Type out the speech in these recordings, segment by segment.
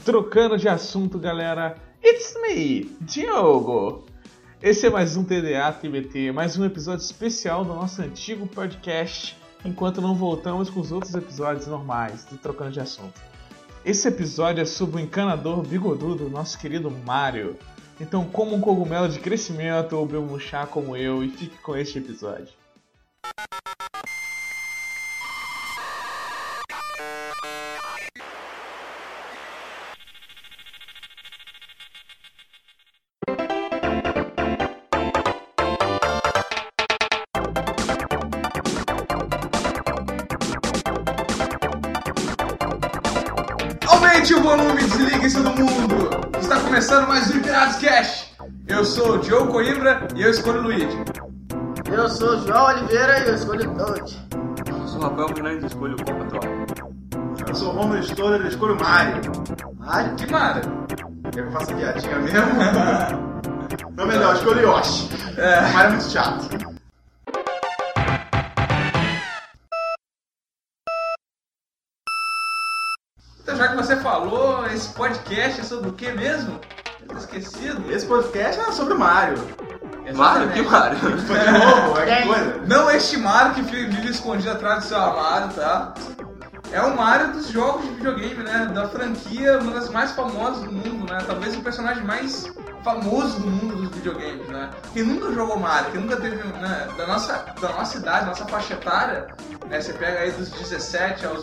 Trocando de assunto, galera. It's me, Diogo. Esse é mais um TDA TBT, mais um episódio especial do nosso antigo podcast, enquanto não voltamos com os outros episódios normais do Trocando de Assunto. Esse episódio é sobre o encanador bigodudo, nosso querido Mario. Então coma um cogumelo de crescimento ou beba um chá como eu e fique com este episódio. Aumente o volume, desligue isso do mundo! Está começando mais um Piratas Cash! Eu sou o Diogo Coimbra e eu escolho o Luigi. Eu sou o João Oliveira e eu escolho o Toad. Eu sou o Rafael Miranda e escolho o Patrol. Eu sou o Romulo Stoller e escolho o Mario. Mario? Que Mario? Eu faço piadinha mesmo? Não, melhor, escolho o Yoshi. O Mario é muito chato. Então, já que você falou, esse podcast é sobre o que mesmo? Eu tô esquecido. Esse podcast é sobre o Mario. Mario? Que Mario? Foi de novo, é que coisa. Não este Mario que vive escondido atrás do seu armário, tá? É o Mario dos jogos de videogame, né? Da franquia, uma das mais famosas do mundo, né? Talvez o personagem mais famoso do mundo dos videogames, né? Quem nunca jogou Mario, quem nunca teve, né? Da nossa idade, nossa faixa etária, né? Você pega aí dos 17 aos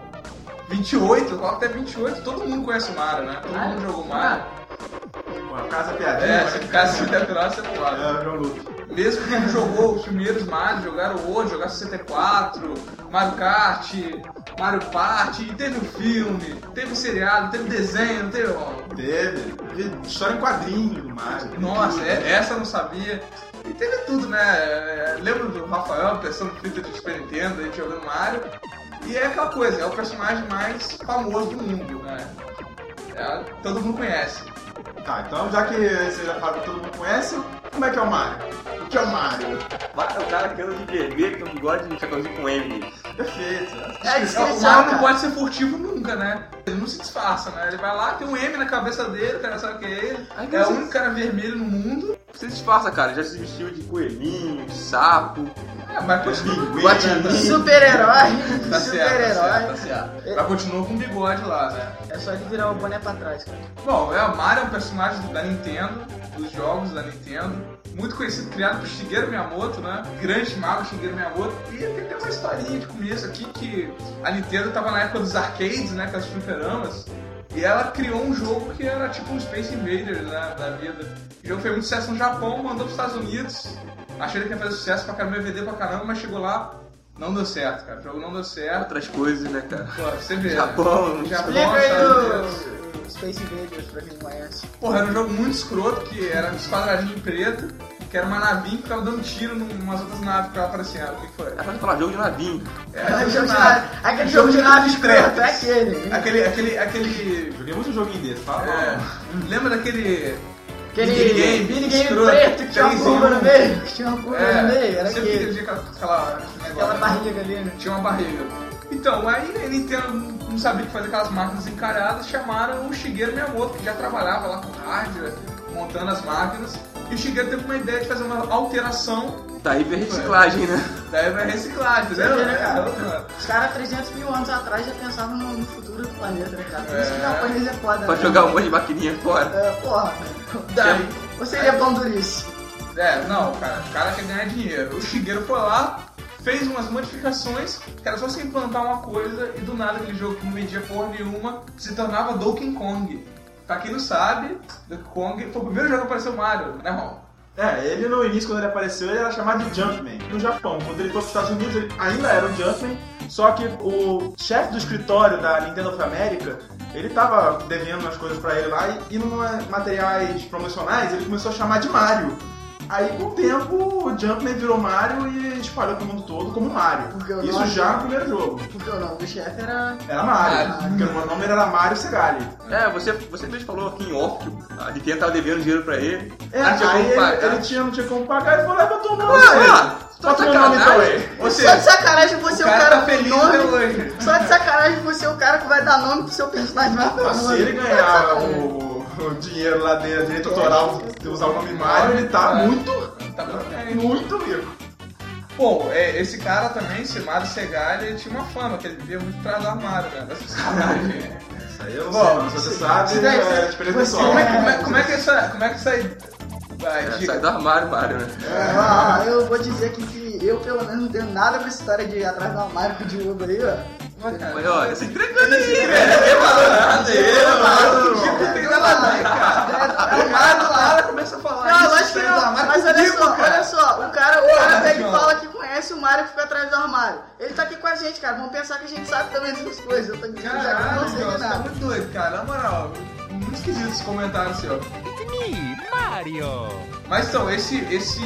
28, coloca até 28, todo mundo conhece o Mario, né? Todo mundo jogou Mario. Pô, casa piadinha. Se ficasse atrás, você pode. É, João Lucas. Mesmo quem jogou os primeiros Mario, jogaram hoje, jogaram 64, Mario Kart, Mario Party, e teve o filme, teve o seriado, teve desenho, não teve? Teve história em quadrinho do Mario. Nossa, essa eu não sabia. E teve tudo, né? Lembro do Rafael, pensando no fita de Super Nintendo, a gente jogando Mario. E é aquela coisa, é o personagem mais famoso do mundo, né? Todo mundo conhece. Tá, então já que você já fala que todo mundo conhece, como é que é o Mario? O que é o Mario? É o cara que anda de vermelho, tem um bigode e um chapeuzinho com M. Perfeito. O Mario não pode ser furtivo nunca, né? Ele não se disfarça, né? Ele vai lá, tem um M na cabeça dele, o cara sabe o que é ele. É o único cara vermelho no mundo. Você disfarça, cara. Já se vestiu de coelhinho, de sapo. Mas continua. Super-herói. Tá Super-herói. certo. Mas continua com o bigode lá, né? É só ele virar o boné pra trás, cara. Bom, o Mario é um personagem da Nintendo, dos jogos da Nintendo. Muito conhecido, criado por Shigeru Miyamoto, né? Grande mago Shigeru Miyamoto. E tem até uma historinha de começo aqui que a Nintendo tava na época dos arcades, né? Com as fliperamas. E ela criou um jogo que era tipo um Space Invaders, né? Da vida. O jogo fez muito sucesso no Japão, mandou pros Estados Unidos. Achei que ia fazer sucesso pra caramba, DVD pra caramba, mas chegou lá, não deu certo, cara. O jogo não deu certo. Outras coisas, né, cara? Pô, você vê. Japão. Explica aí Estados Unidos. o Space Invaders pra quem não conhece. Porra, era um jogo muito escroto, que era uns quadradinhos preto, que era uma navinha que ficava dando tiro em umas outras naves que estavam aparecendo. O que foi? É pra falar jogo de navinho. Aquele jogo de nave escroto, é aquele. Joguei muito joguinho desse, fala. Lembra daquele. Minigame escroto, preto que tinha uma 3 em curva 1. no meio. Que tinha uma curva no meio, era sempre aquele. tinha aquela Barriga ali, né? Tinha uma barriga. Então, aí a Nintendo não sabia o que fazer aquelas máquinas encalhadas, chamaram o Shigeru Miyamoto, que já trabalhava lá com hardware, montando as máquinas. E o Shigeru teve uma ideia de fazer uma alteração. Daí vem reciclagem, né? Daí vai reciclagem, entendeu? Você vê, né, cara? Os caras 300 mil anos atrás já pensavam no futuro do planeta, né, cara? Por isso que o japonês é foda, Pra né? jogar um monte de maquininha fora. Porra. Daí. Ou seria pão durice? Não, cara, o cara quer ganhar dinheiro. O Shigeru foi lá, fez umas modificações, que era só você implantar uma coisa e do nada aquele jogo que não vendia porra nenhuma se tornava Donkey Kong. Pra quem não sabe, Donkey Kong foi o primeiro jogo que apareceu Mario, né, Ron? Ele no início, quando ele apareceu, ele era chamado de Jumpman. No Japão, quando ele foi para os Estados Unidos, ele ainda era um Jumpman, só que o chefe do escritório da Nintendo of America, ele tava devendo umas coisas pra ele lá e nos materiais promocionais ele começou a chamar de Mario. Aí, com o tempo, o Jumpman virou Mario e espalhou pro mundo todo como Mario. Isso já no primeiro jogo. Porque o nome do chefe era Mario, porque o nome era Mario Segali. Você mesmo falou aqui em off que a Nintendo tava devendo dinheiro pra ele. Aí ele não tinha como pagar e falou, botou o nome. Bota meu nome então aí. Ou Só seja, de sacanagem você o é o cara cara tá com feliz nome. até hoje. Só de sacanagem você é o cara que vai dar nome pro seu personagem mais Se famoso. ele ganhar o dinheiro lá dentro, direito autoral, usar o nome Mario, ele tá muito rico. Bom, esse cara também, esse Mario Segali, ele tinha uma fama, que ele vivia muito atrás do armário, né? Dessa sacanagem. Isso aí eu não sei, mas você sabe, é experiência pessoal. Como é que isso aí... Vai, Sai do armário, Mario, né? Eu vou dizer aqui que eu, pelo menos, não tenho nada com essa história de ir atrás do armário com o Diogo aí, ó. Mas olha, se entregando aí, Não tem nada a ver, cara. É o Mario lá. Começa a falar Não, isso, lógico que sai do não. armário Mas comigo, olha só, o cara pega e João. fala que conhece o Mario que fica atrás do armário. Ele tá aqui com a gente, cara. Vamos pensar que a gente sabe também dessas coisas. Eu tô dizendo já que eu Caralho, não sei João, de você tá nada. muito doido, cara. Na moral, muito esquisito esse comentário seu. Mas então, esse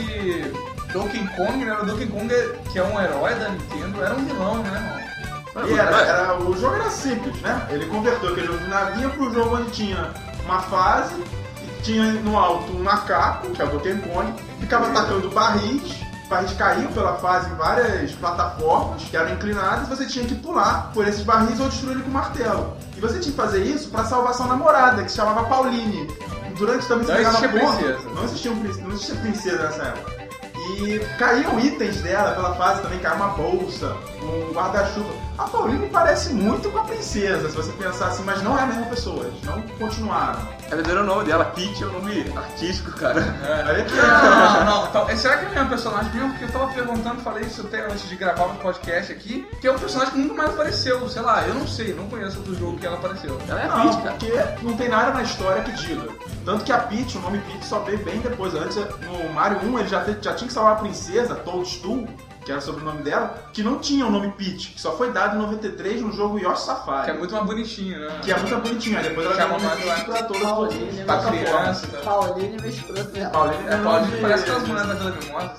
Donkey Kong, né? O Donkey Kong, que é um herói da Nintendo, era um vilão, né, irmão? E o jogo era simples, né? Ele converteu aquele jogo de navinha pro jogo onde tinha uma fase, e tinha no alto um macaco, que é o Donkey Kong, ficava atacando barris caíam pela fase em várias plataformas que eram inclinadas, e você tinha que pular por esses barris ou destruir ele com martelo. E você tinha que fazer isso pra salvar sua namorada, que se chamava Pauline. Durante também Não você existia pegava princesa. Não existia princesa nessa época. E caíam itens dela pela fase também, caiu uma bolsa, um guarda-chuva. A Pauline parece muito com a princesa, se você pensar assim, mas não é a mesma pessoa, eles não continuaram. Ela deu o nome dela, Peach é o nome artístico, cara. Olha aqui, Não. Então, será que é o mesmo personagem mesmo? Porque eu tava perguntando, falei isso até antes de gravar o podcast aqui, que é um personagem que nunca mais apareceu. Sei lá, eu não sei, não conheço outro jogo que ela apareceu. Ela é a Não, Peach, cara. porque não tem nada na história que diga. Tanto que a Peach, o nome Peach só veio bem depois. Antes, no Mario 1, ele já tinha que salvar a princesa, Toadstool, que era o sobrenome dela, que não tinha o nome Peach, que só foi dado em 93 no jogo Yoshi Safari. Que é muito mais bonitinho, né? Que é muito bonitinho. Aí depois ela Chama chamou mais mais lá. pra todas as Pauline, outras né? Pra plataformas. criança, tá? Pauline meio escroto mesmo. Pauline Pauline parece aquelas mulheres da Vila Mimosa.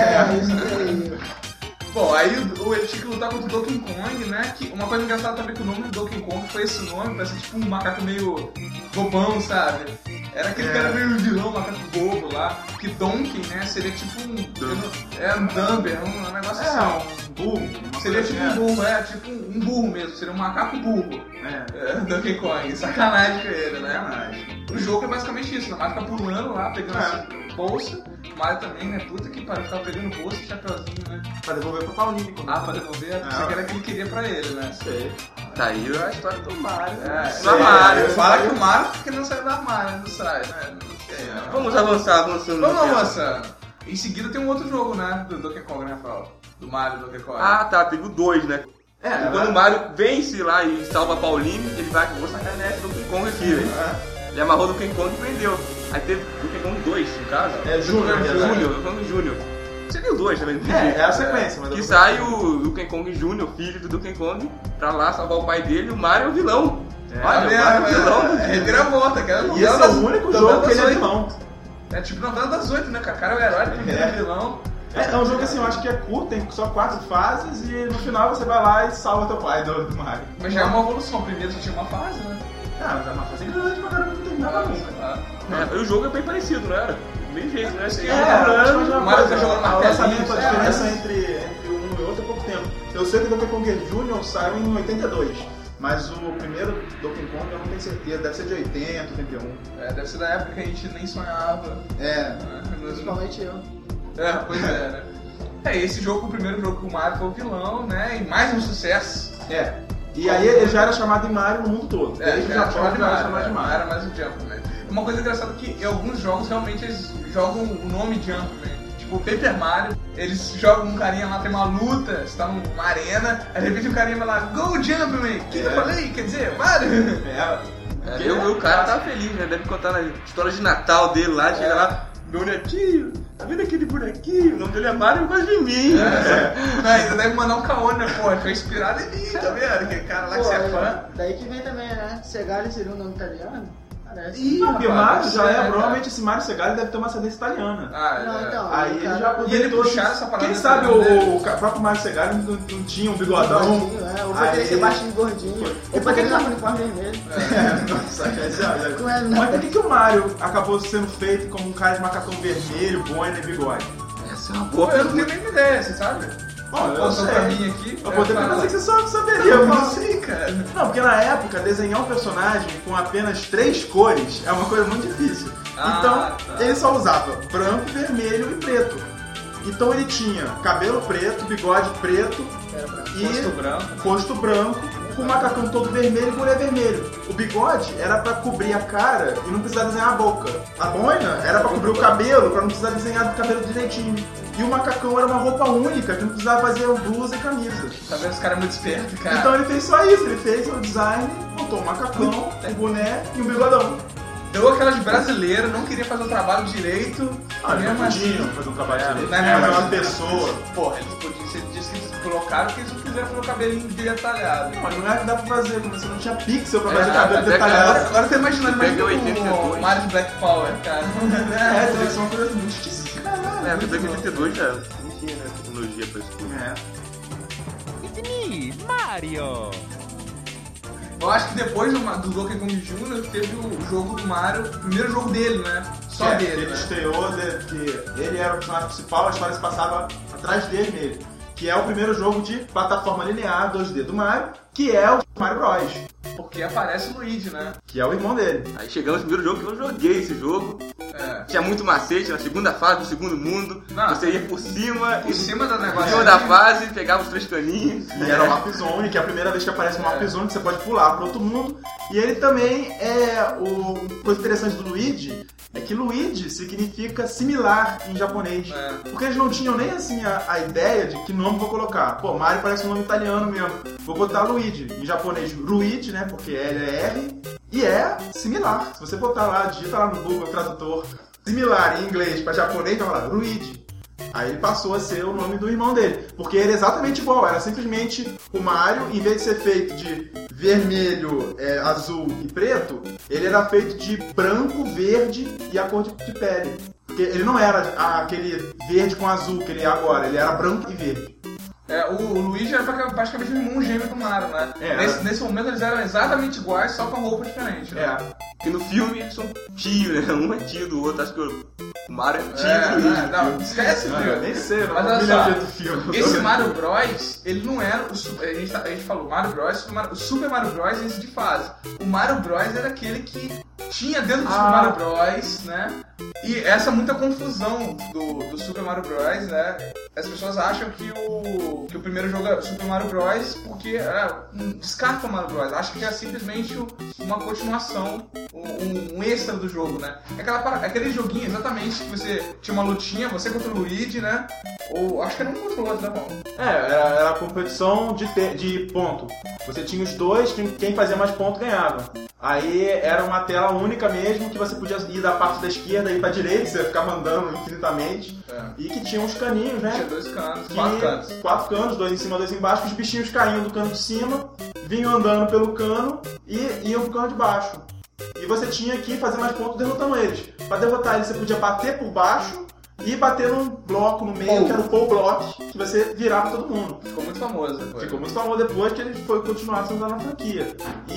Isso aí. Bom, aí ele tinha que lutar contra o Donkey Kong, né? Que uma coisa engraçada também que o nome do Donkey Kong foi esse nome, parece tipo um macaco meio bobão, sabe? Era aquele cara meio vilão, macaco bobo lá. Que Donkey, né? Seria tipo um Dumber, um negócio assim. Um burro. Seria tipo um burro, tipo um burro mesmo, seria um macaco burro. Donkey Kong, sacanagem com ele, né? O jogo é basicamente isso, né? O Mario fica pulando lá, pegando assim, bolsa. O Mario também, né? Puta que pariu, ficava pegando bolsa e chapeuzinho, né? Pra devolver pra Pauline. Pra devolver? Você que era que ele queria pra ele, né? Sei. Tá aí a história do Mario. Do Do armário. Fala que o Mario porque não sai do armário, não sai, né? Não sei, né? Vamos avançando. Vamos avançando. Em seguida tem um outro jogo, né? Do Donkey Kong, né, Paulo? Do Mario do Donkey Kong. Ah, tá, teve o 2, né? Quando o Mario vence lá e salva a Pauline, ele vai com o sacanagem do Donkey Kong aqui, velho. Ele amarrou o Donkey Kong e prendeu. Aí teve o Donkey Kong 2, no caso. Júnior. Seria o 2 também. É a sequência. Mas Que sai o Donkey Kong Jr., filho do Donkey Kong, pra lá salvar o pai dele e o Mario é o vilão. Olha, o Mario é o vilão. Reviravolta, cara. E esse é o único jogo que ele é vilão. É tipo novela das 8, né, cara? O cara é o herói, ele é vilão. É um jogo assim, eu acho que é curto, tem só 4 fases e no final você vai lá e salva teu pai do Mario. Mas já é uma evolução, primeiro só tinha uma fase, né? Mas é uma fase grande pra caramba, não terminava nunca. O jogo é bem parecido, não era? Bem jeito, né? Assim, Mas o Mario tá jogando o martelinho, lançamento, a diferença entre um e outro é pouco tempo. Eu sei que o Donkey Kong Jr. saiu em 82, mas o primeiro Donkey Kong eu não tenho certeza, deve ser de 80, 81. Deve ser da época que a gente nem sonhava. Principalmente eu. Pois é, né? Esse jogo, o primeiro jogo que o Mario foi o vilão, né? E mais um sucesso. E aí ele já era chamado de Mario no mundo todo. Desde já era chamado de Mario. Mario. Era mais um Jumpman. Uma coisa engraçada é que em alguns jogos realmente eles jogam o nome Jumpman. Tipo, o Paper Mario, eles jogam um carinha lá, tem uma luta, você tá numa arena, aí de repente o carinha vai lá, Go Jumpman! O que eu falei? Quer dizer, Mario? O cara tá feliz, né? Deve contar na história de Natal dele lá, chega lá, meu netinho, tá vendo aquele bonequinho? O nome dele é Mario, gosta de mim. Ainda deve mandar um caô, né, pô? Foi inspirado em mim, tá vendo? Aquele cara lá que você é fã. Daí que vem também, né? Segali seria um nome italiano? Ih, Não, porque Mario já cara. provavelmente esse Mario Segali deve ter uma ascendência italiana. Não, então. Aí ele já E ele puxar essa parada. Quem sabe o próprio Mario Segali não tinha um bigodão. Ou poderia ser baixinho e gordinho. Ou poderia usar um uniforme vermelho. Mas por que o Mario acabou sendo feito como um cara de macacão vermelho, boina e bigode? Essa é uma Pô, boa eu não tenho pergunta. nem ideia, você sabe? Olha, eu Passou sei. pra mim aqui. Eu poderia pensar que você só saberia. Eu não mas- sei, cara. Não, porque na época, desenhar um personagem com apenas 3 cores é uma coisa muito difícil. Ah, Então, tá. ele só usava branco, vermelho e preto. Então ele tinha cabelo preto, bigode preto e Rosto branco. rosto branco, com o macacão todo vermelho e mulher vermelho. O bigode era pra cobrir a cara e não precisar desenhar a boca. A boina era pra cobrir o cabelo, pra não precisar desenhar o cabelo direitinho. E o macacão era uma roupa única, que não precisava fazer blusa e camisa. Tá vendo? Esse cara é muito esperto, cara. Então ele fez só isso, ele fez o design, botou um macacão, um boné e um bigodão. Deu aquelas brasileiras, não queria fazer o trabalho direito. Ah, eles mesmo não podiam assim. fazer um trabalho direito. Não, Mas mas uma pessoa. Porra, eles podiam. Você disse que eles colocaram porque eles não quiseram fazer o cabelinho detalhado. Mas não era que dá pra fazer, como você não tinha pixel pra fazer É, cabelo até detalhado. Agora eu tô imaginando mais Pega o 82. Mario Black Power, cara. É, teria que ser uma coisa muito esquisita. É, mas em 82 já não tinha, né, tecnologia pra isso tudo. É. It's me, Mario! Eu acho que depois do Donkey Kong Jr. teve o jogo do Mario, o primeiro jogo dele, né? Só É, dele, ele né? estreou que ele era o personagem principal, a história se passava atrás dele mesmo. Que é o primeiro jogo de plataforma linear 2D do Mario, que é o Mario Bros. Porque aparece o Luigi, né? Que é o irmão dele. Aí chegamos no primeiro jogo que eu joguei esse jogo. É. Tinha muito macete na segunda fase do segundo mundo. Não. Você ia por cima, Por cima da por negócio. cima da fase, pegava os 3 caninhos. E era o Warp Zone, que é a primeira vez que aparece um Warp Zone, que você pode pular para outro mundo. E ele também é o coisa interessante do Luigi é que Luigi significa similar em japonês. É. Porque eles não tinham nem assim a ideia de que nome vou colocar. Pô, Mario parece um nome italiano mesmo. Vou botar Luigi. Em japonês, Luigi, né? Porque L é R. E é similar. Se você botar lá, digita lá no Google Tradutor, similar em inglês para japonês, vai falar Luigi. Aí ele passou a ser o nome do irmão dele. Porque ele é exatamente igual. Era simplesmente o Mario, em vez de ser feito de vermelho, azul e preto, ele era feito de branco, verde e a cor de pele. Porque ele não era aquele verde com azul que ele é agora. Ele era branco e verde. É, o Luigi era praticamente o irmão gêmeo do Mario, né? É. Nesse momento eles eram exatamente iguais, só com roupa diferente, né? Porque no filme eles são tio, né? Um é tio do outro. Acho que o Mario é tio É, do Luigi. não, esquece, viu? Nem sei, Mas não olha me só, lembro do filme. Esse Mario Bros, ele não era a gente falou Mario Bros, o Super Mario Bros é esse de fase. O Mario Bros era aquele que tinha dentro do Super Mario Bros, né? E essa muita confusão do Super Mario Bros, né? As pessoas acham que o primeiro jogo é Super Mario Bros porque descarta o Mario Bros. Acham que é simplesmente uma continuação, um extra do jogo, né? Aquele joguinho exatamente que você tinha uma lutinha, você contra o Luigi, né? Ou acho que era um contra o outro, né, Paulo? Era a competição de ponto. Você tinha os dois, quem fazia mais ponto ganhava. Aí era uma tela única mesmo, que você podia ir da parte da esquerda e ir pra direita, você ia ficar mandando infinitamente. É. E que tinha uns caninhos, né? Tinha 2 canos, Que- 4 canos. 4 canos, 2 em cima, 2 embaixo, que os bichinhos caíam do cano de cima, vinham andando pelo cano e iam pro cano de baixo. E você tinha que fazer mais pontos derrotando eles. Pra derrotar eles, você podia bater por baixo e bater num bloco no meio, que era o pole block, que você virava todo mundo. Ficou muito famoso depois. Ficou muito famoso depois que ele foi continuar sendo na franquia.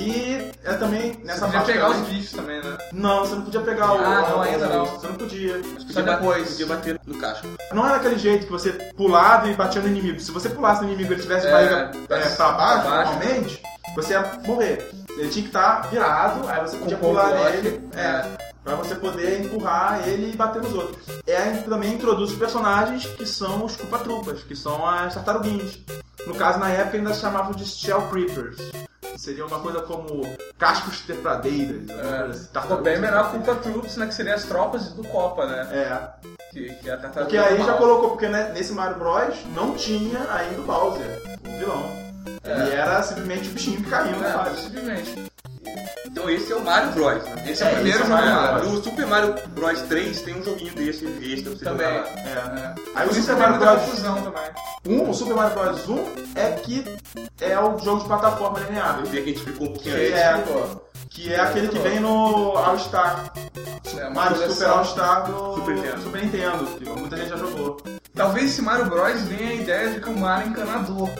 E é também Você nessa podia parte pegar também- os bichos também, né? Não, você não podia pegar o... não, ainda não. Você não podia. Só depois. Podia bater no caixa. Não era aquele jeito que você pulava e batia no inimigo. Se você pulasse no inimigo e ele tivesse barriga pra baixo, pra baixo. normalmente, você ia morrer. Ele tinha que estar virado, aí você podia Com pular pole block, nele. Pra você poder empurrar ele e bater nos outros. Também introduz os personagens que são os Koopa-Troopas, que são as tartaruguinhas. No caso, na época, ainda se chamavam de Shell Creepers. Seria uma coisa como cascos trepradeiras. Ficou bem melhor com o Koopa Troops, né? Que seria as tropas do Copa, né? Que é a tartaruga Porque aí já normal. colocou, porque né, nesse Mario Bros. Não tinha ainda o Bowser, o vilão. Ele era simplesmente o bichinho que caiu na fase. Simplesmente. Então esse é o Mario Bros, né? Esse é o primeiro esse é o jogo Mario Mario. No Super Mario Bros 3 tem um joguinho desse extra pra você Também. jogar lá. Aí o Por isso Super tem Mario muita Bros. confusão também. O Super Mario Bros. 1 é que é o jogo de plataforma linear. Eu vi que a gente explicou um pouquinho Que antes. é, que é aquele que vem no All Star. É uma Mario coleção. Super All Star do Super Nintendo. que muita gente já jogou. Talvez esse Mario Bros venha a ideia de que o Mario é encanador. Porque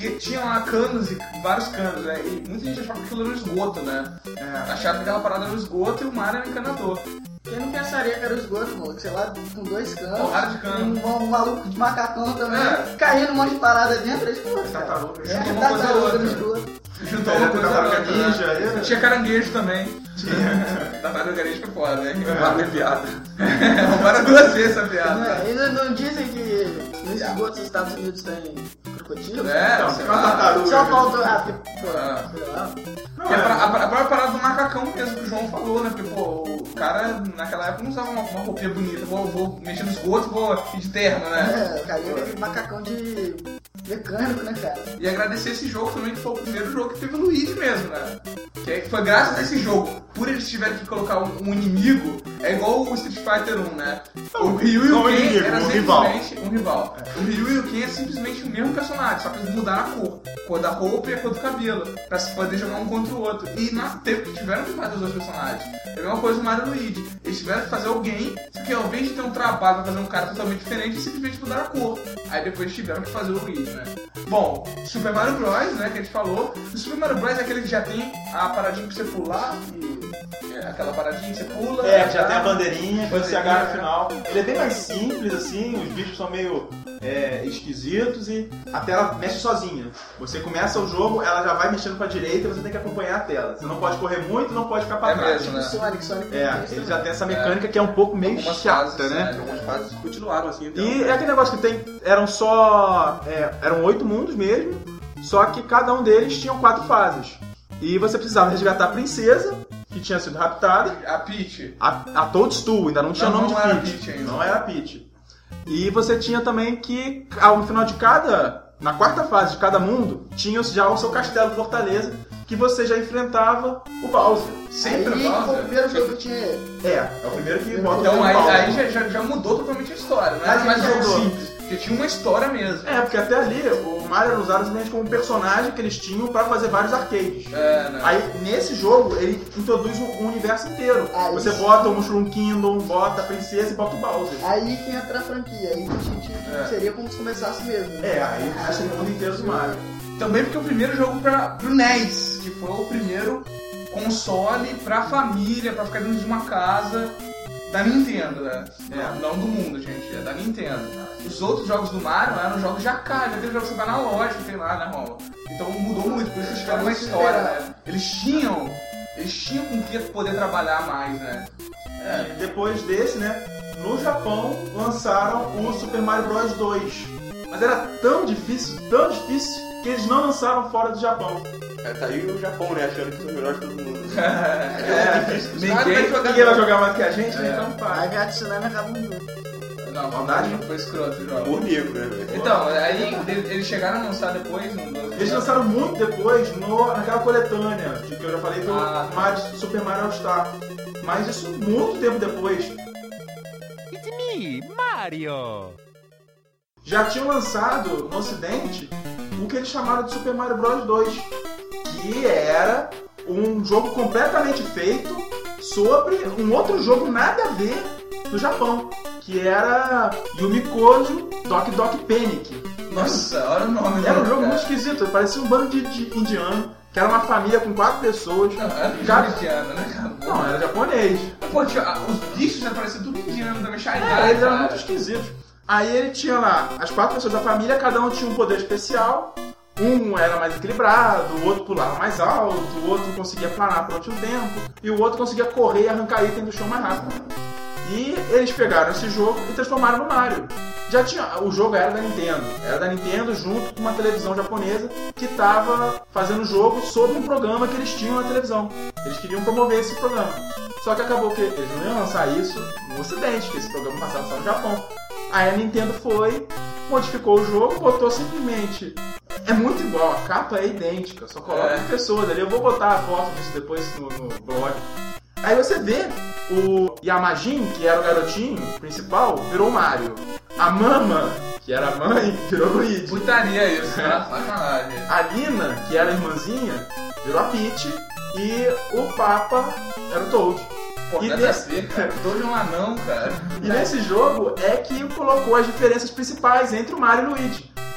E tinha lá canos e vários canos, né? E muita gente achava que aquilo era um esgoto, né? Achava que aquela parada era um esgoto e o Mario era um encanador. Quem não pensaria que era o esgoto, mano? Sei lá, com 2 canos. Porrada de cano. Um maluco de macacão também. Caindo um monte de parada dentro. Eles, pô, Tartaruga. Juntou uma coisa a outra. no esgoto. Juntou uma coisa a outra. Ninja. Tinha caranguejo também. Tartaruga Ninja foi foda, né? Uma piada. Roubaram 2 vezes essa piada. Eles não dizem que nos esgotos dos Estados Unidos tem crocodilo? É, Sei lá, tartaruga. Só faltou. Porque, pô, sei lá. Não, a própria parada do macacão mesmo que o João falou, né? Porque, pô, o cara naquela época não usava uma roupinha bonita. Vou mexer no esgoto, vou ir de terno, né? O cara ia aquele macacão de mecânico, né, cara? E agradecer esse jogo também, que foi o primeiro jogo que teve o Luigi mesmo, né? Que foi graças a esse jogo, por eles tiverem que colocar um inimigo, é igual o Street Fighter 1, né? O Ryu e o Ken era simplesmente um rival. O Ryu e o Ken é simplesmente o mesmo personagem, só que eles mudaram a cor da roupa e a cor do cabelo, pra se poder jogar um contra o outro. E tiveram que fazer os dois personagens. É a mesma coisa do Mario e Luigi. Eles tiveram que fazer alguém, só que ao invés de ter um trabalho pra fazer um cara totalmente diferente, eles simplesmente mudaram a cor. Aí depois tiveram que fazer o Luigi, né? Bom, Super Mario Bros, né, que a gente falou. O Super Mario Bros é aquele que já tem a paradinha pra você pular e aquela paradinha que você pula. Já tem a bandeirinha, que você agarra no final. Ele é bem mais simples, assim, os bichos são meio esquisitos e a tela mexe sozinha. Você começa o jogo, ela já vai mexendo pra direita e você tem que acompanhar a tela. Você não pode correr muito, não pode ficar pra trás. Mesmo, né? Sonic Ele já tem essa mecânica que é um pouco meio Algumas chata, fases, né? Algumas fases continuaram assim. Então, E é aquele negócio que tem, eram 8 mundos mesmo, só que cada um deles tinha 4 fases. E você precisava resgatar a princesa, que tinha sido raptada, A Peach. a Toadstool, ainda não tinha nome de não era Peach. Peach ainda. Não era Peach. E você tinha também que, no final de na 4ª fase de cada mundo, tinha já o seu castelo de fortaleza, que você já enfrentava o Bowser. Sempre Aí, o Bowser. foi o primeiro jogo que tinha. É o primeiro que bota Então o aí Bowser. já mudou totalmente a história, não Aí era mais um já jogo mudou. simples. Porque tinha uma história mesmo. É, porque até ali o Mario era usado simplesmente como um personagem que eles tinham pra fazer vários arcades. Né? Aí, nesse jogo, ele introduz um universo inteiro. Aí Você sim. bota o Mushroom Kingdom, bota a princesa e bota o Bowser. Aí que entra a franquia. Aí a gente seria como se começasse mesmo. Né? Aí começa o mundo inteiro do Mario. Também porque é o primeiro jogo pro NES, que foi o primeiro console pra família, pra ficar dentro de uma casa da Nintendo, né? Não do mundo, gente, é da Nintendo. Os outros jogos do Mario eram jogos de arcade, aquele jogo que você vai na loja, tem lá, né, Rola? Então mudou muito, por isso eles tiveram uma história, né? Eles tinham com que poder trabalhar mais, né? E depois desse, né, no Japão, lançaram o Super Mario Bros 2. Mas era tão difícil, que eles não lançaram fora do Japão. Tá aí o Japão, né? Achando que são os melhores de todo mundo. Ninguém vai jogar mais que a gente, né? Então pá. Aí vai adicionando a cada um. Não, Maldade? não foi escroto o jogo. Humor negro, né, velho? Então, aí eles chegaram a lançar depois Eles lançaram muito depois naquela coletânea, de que eu já falei do Super Mario All Star. Mas isso muito tempo depois. It's me, Mario! Já tinham lançado no ocidente o que eles chamaram de Super Mario Bros 2, que era um jogo completamente feito sobre um outro jogo nada a ver do Japão, que era Yumikojo Doki Doki Panic. Nossa, olha o nome. Era um jogo muito esquisito, parecia um bando de indiano, que era uma família com 4 pessoas. Não, era indiano, né, cara? Não, era japonês. Pô, os bichos já pareciam tudo indiano também, Shy Eles eram muito esquisitos. Aí ele tinha lá as 4 pessoas da família, cada um tinha um poder especial. Um era mais equilibrado, o outro pulava mais alto, o outro conseguia planar por outro tempo, e o outro conseguia correr e arrancar item do chão mais rápido. E eles pegaram esse jogo e transformaram no Mario. O jogo era da Nintendo junto com uma televisão japonesa que estava fazendo o jogo sobre um programa que eles tinham na televisão. Eles queriam promover esse programa. Só que acabou que eles não iam lançar isso no ocidente, que esse programa passava só no Japão. Aí a Nintendo foi, modificou o jogo, botou simplesmente... É muito igual, a capa é idêntica, só coloca pessoas ali. Eu vou botar a foto disso depois no blog. Aí você vê o Yamajin, que era o garotinho principal, virou o Mario. A Mama, que era a mãe, virou o Luigi. Putaria isso, né? Sacanagem. A Lina, que era a irmãzinha, virou a Peach. E o Papa era o Toad. Pô, nada a ver, cara. Toad é um anão, cara. E nesse jogo é que colocou as diferenças principais entre o Mario e o Luigi.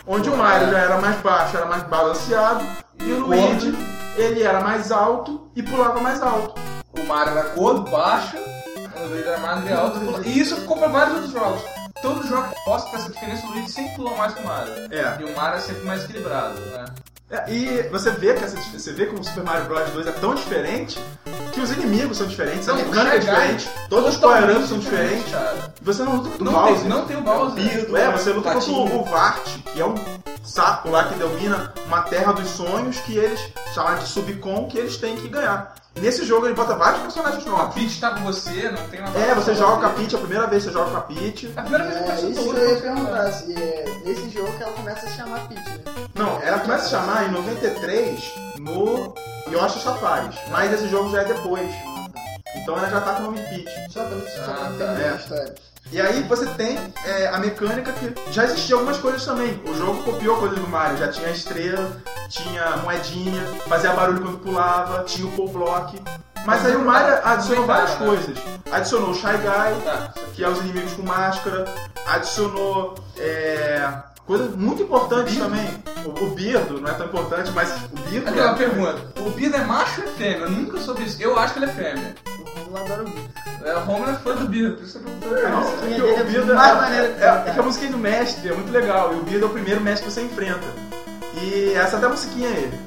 Onde o Mario já era mais baixo, era mais balanceado, e o Luigi, ele era mais alto e pulava mais alto. O Mario era gordo, baixo, o Luigi era magro e alto. E isso ficou pra vários outros jogos. Todo jogo que possa ter essa diferença, o Luigi sempre pulou mais que o Mario. E o Mario é sempre mais equilibrado, né? E você vê como o Super Mario Bros. 2 é tão diferente que os inimigos são diferentes, a mecânica é diferente, todos os power-ups são diferentes. Você não luta contra o Bowser. Não tem o Bowser. Você luta contra o Vart, que é um sapo lá que domina uma terra dos sonhos que eles chamam de Subcon, que eles têm que ganhar. Nesse jogo ele bota vários personagens novos. A Peach tá com você, não tem uma... você joga com a Peach, a primeira vez que você joga com a Peach. A primeira vez que eu isso que eu ia perguntar, se nesse jogo que ela começa a chamar Peach, né? Não, ela começa a chamar em 93 no Yoshi Safaris, mas esse jogo já é depois. Então ela já tá com o nome Peach. Só pra entender a história. E aí você tem a mecânica que já existia algumas coisas também. O jogo copiou coisas do Mario, já tinha estrela, tinha moedinha, fazia barulho quando pulava, tinha o pull block. Mas aí o Mario adicionou várias coisas. Adicionou o Shy Guy, que é os inimigos com máscara. Adicionou coisas muito importantes também. O Birdo não é tão importante, mas o Birdo... Aquela pergunta, o Birdo é macho ou é fêmea? Eu nunca soube isso. Eu acho que ele é fêmea. O Romulo adora o Birdo. O Romulo é fã do Birdo, por isso eu perguntei. O Birdo é a musiquinha do mestre, é muito legal. E o Birdo é o primeiro mestre que você enfrenta. E essa até a musiquinha é ele.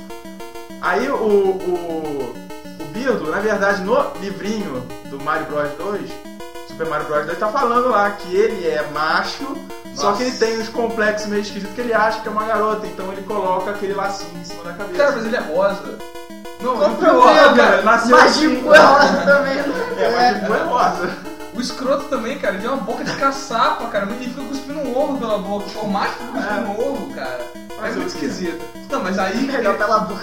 Aí o Birdo, na verdade, no livrinho do Mario Bros 2, Super Mario Bros 2, tá falando lá que ele é macho, só que ele tem uns complexos meio esquisitos que ele acha que é uma garota, então ele coloca aquele lacinho em cima da cabeça. Cara, mas ele é rosa. Não, não é rosa, cara. Nasceu Majin Buu é rosa também, né? Majin Buu é rosa. O escroto também, cara, ele tem uma boca de caçapa, cara. Ele fica cuspindo um ovo pela boca. O macho fica cuspindo um ovo, cara. É muito esquisito. Não, mas aí... Melhor pela boca.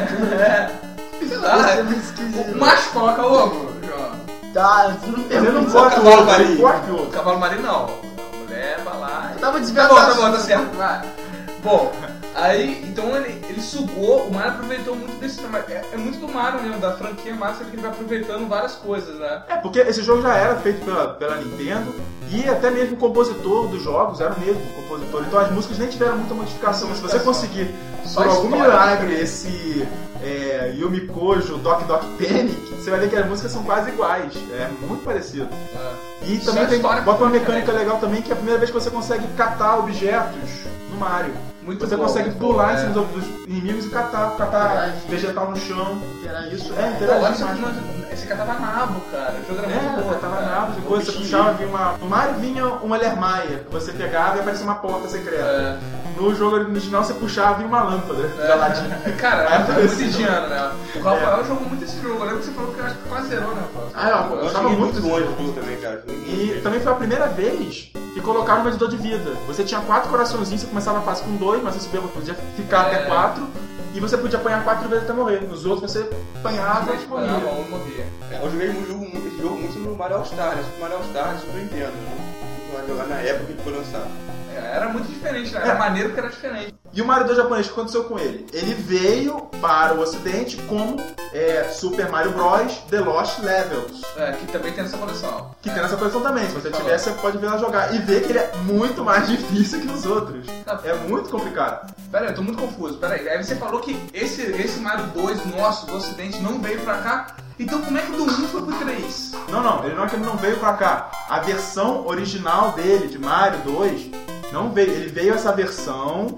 Sei lá. É muito esquisito. O macho coloca ovo, João. Tá, não tem Ele não muito. corta o cavalo ovo, ele marinho. corta o ovo. Cavalo marinho não. A mulher vai lá... Eu tava Tá desviando. bom, tá certo. Vai. Bom, aí, então ele sugou, o Mario aproveitou muito desse trabalho. É muito do Mario mesmo, da franquia Mario, que ele vai aproveitando várias coisas, né? Porque esse jogo já era feito pela Nintendo e até mesmo o compositor dos jogos era o mesmo compositor. Então as músicas nem tiveram muita modificação. Mas se você conseguir, por algum milagre, esse Yumi Kojo, Doc Doc Panic, você vai ver que as músicas são quase iguais. É muito parecido. E também bota uma mecânica legal também, que é a primeira vez que você consegue catar objetos no Mario. Você consegue pular em cima dos inimigos e catar vegetal no chão. Isso é interessante. Esse catava nabo, cara. O jogo era muito bom. Catava nabo, depois você puxava, vinha no Mario vinha uma Lermaia, que você pegava e aparecia uma porta secreta. No jogo original você puxava e vinha uma lâmpada geladinha. Cara, é muito indiano, né? O Rafael jogou muito esse jogo. Eu lembro que você falou que eu acho que quase zerou, né, Rafael? Eu tava muito longe do jogo também, cara. E também foi a primeira vez que colocaram um medidor de vida. Você tinha 4 coraçõezinhos, você começava a fase com 2, mas você subia, podia ficar até 4. E você podia apanhar 4 vezes até morrer. Nos outros você apanhava e morria. Eu joguei esse jogo muito no Mario All-Star, né? Super Mario All-Star, Super Nintendo. Jogar na época que foi lançado. Era muito diferente, né? Era maneiro que era diferente. E o Mario 2 japonês, o que aconteceu com ele? Ele veio para o ocidente como Super Mario Bros. The Lost Levels. Que também tem essa coleção. Que tem essa coleção também. Se você tiver, você pode ver lá jogar. E ver que ele é muito mais difícil que os outros. É muito complicado. Pera aí, eu tô muito confuso. Pera aí. Aí você falou que esse Mario 2 nosso, do ocidente, não veio pra cá. Então como é que o do 1 foi pro 3? Não. Ele não veio pra cá. A versão original dele, de Mario 2... não veio, ele veio essa versão.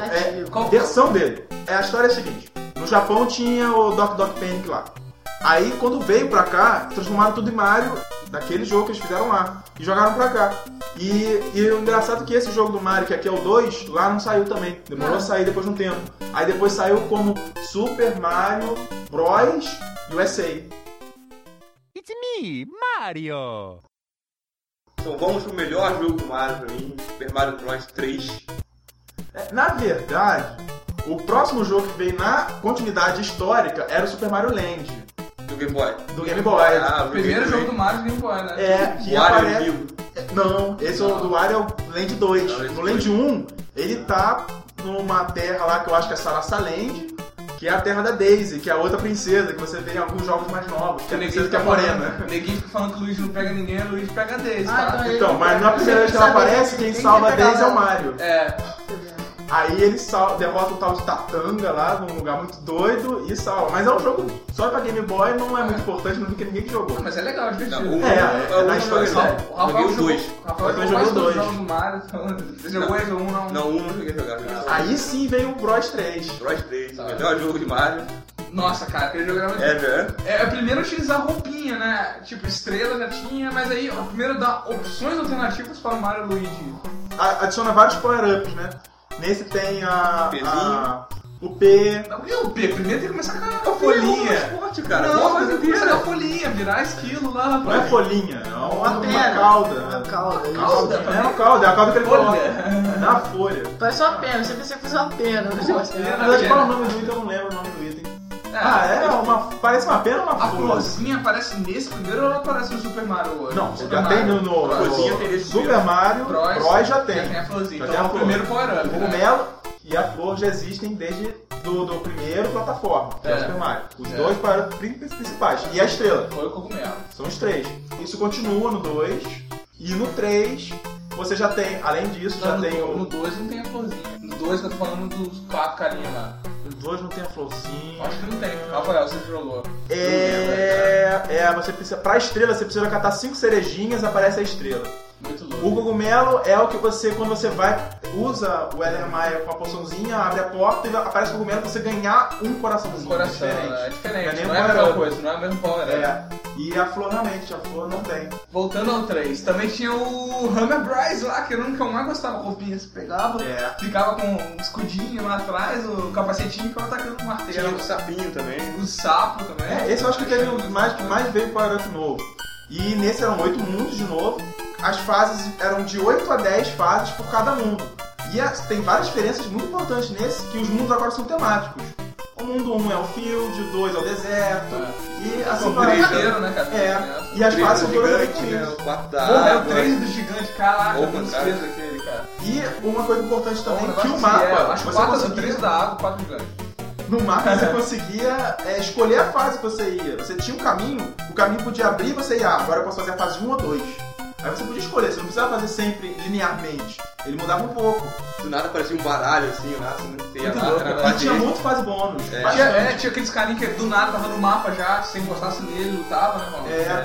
Versão dele. A história é a seguinte: no Japão tinha o Doc Doc Panic lá. Aí quando veio pra cá, transformaram tudo em Mario, daquele jogo que eles fizeram lá, e jogaram pra cá. E o engraçado é que esse jogo do Mario, que aqui é o 2, lá não saiu também. Demorou a sair depois de um tempo. Aí depois saiu como Super Mario Bros. USA. It's me, Mario! Então vamos pro melhor jogo do Mario pra mim, Super Mario Bros 3. Na verdade, o próximo jogo que veio na continuidade histórica era o Super Mario Land. Do Game Boy. Do Game Boy. O primeiro jogo do Mario do Game Boy, né? Que aparece... Não, esse do Wario é o Land 2. No Land 1, ele tá numa terra lá que eu acho que é Sarasa Land, que é a terra da Daisy, que é a outra princesa que você vê em alguns jogos mais novos, que é a princesa que é morena. O neguinho fica falando que o Luigi não pega ninguém, o Luigi pega a Daisy. Então, mas na primeira vez que ela aparece, quem salva a Daisy é o Mario. Aí ele derrota o tal de Tatanga lá, num lugar muito doido, e salva. Mas é um jogo só pra Game Boy, não é muito importante, não vi que ninguém que jogou. Mas é legal, é divertido. É na história. O Rafael jogou 2. O Rafael jogou jogou 2. Do Mario. Você jogou esse 1? Não, 1 não cheguei a jogar. Aí sim veio o Bros 3. Bros 3, o melhor jogo de Mario. Nossa, cara, aquele jogo era muito... É primeiro utilizar roupinha, né? Tipo, estrela já tinha, mas aí o primeiro dá opções alternativas para o Mario e Luigi. Adiciona vários power-ups, né? Nesse tem o P. Não, o P? Primeiro tem que começar com a folhinha. Esporte, cara. Não, mas começa com a folhinha, virar esquilo lá, rapaz. Não é folhinha, é uma cauda. Uma cauda. É uma cauda, é a cauda que ele coloca. É a folha. Parece uma pena, você pensa que fosse uma pena. Na verdade, qual é o nome do item? Eu não lembro o nome do item. Parece uma pena ou uma flor? A florzinha aparece nesse primeiro ou ela aparece no Super Mario hoje? Não, já tem no Super Mario, Bros já tem. Já tem a florzinha, então é o primeiro power-up. O cogumelo e a flor já existem desde do primeiro plataforma, que é o Super Mario. Os dois power-ups principais. E a estrela. Foi o cogumelo. São os 3. Isso continua no 2. E no 3, você já tem, além disso, já tem o... No 2 não tem a florzinha. No 2 que eu tô falando dos 4 carinhas lá. No 2 não tem a florzinha. Acho que não tem. Rafael, você jogou. Você precisa... Pra estrela, você precisa catar 5 cerejinhas, aparece a estrela. Muito louco. O cogumelo é o que você, quando você vai, usa o Ellen Maia com a poçãozinha, abre a porta e aparece o cogumelo pra você ganhar um coraçãozinho. É diferente. Não é a mesma coisa, não é a mesma power. E a flor realmente, a flor não tem. Voltando ao 3, também tinha o Hammer Bryce lá, que era o único que eu mais gostava. A roupinha você pegava, ficava com um escudinho lá atrás, o capacetinho e ficava atacando com o martelo. Tinha o sapinho também. O sapo também. Esse eu acho que teve o que mais veio para o novo. E nesse eram 8 mundos de novo. As fases eram de 8 a 10 fases por cada mundo. E tem várias diferenças muito importantes nesse, que os mundos agora são temáticos. O mundo 1 é o field, o 2 é o deserto, e assim vai. Né, cara? E as fases são todas diferentes. O 4 da é o 3 do gigante, caraca, muito cedo aquele, cara. E uma coisa importante também, que o mapa... Acho que 4 do 3 da água, 4 gigantes. No mapa você conseguia escolher a fase que você ia. Você tinha um caminho, o caminho podia abrir e você ia, agora eu posso fazer a fase 1 ou 2. Aí você podia escolher, você não precisava fazer sempre linearmente. Ele mudava um pouco. Do nada parecia um baralho assim, você ia lá, e tinha muito fase bônus. Tinha aqueles carinhos que do nada tava no mapa já, se você encostasse nele, lutava, né,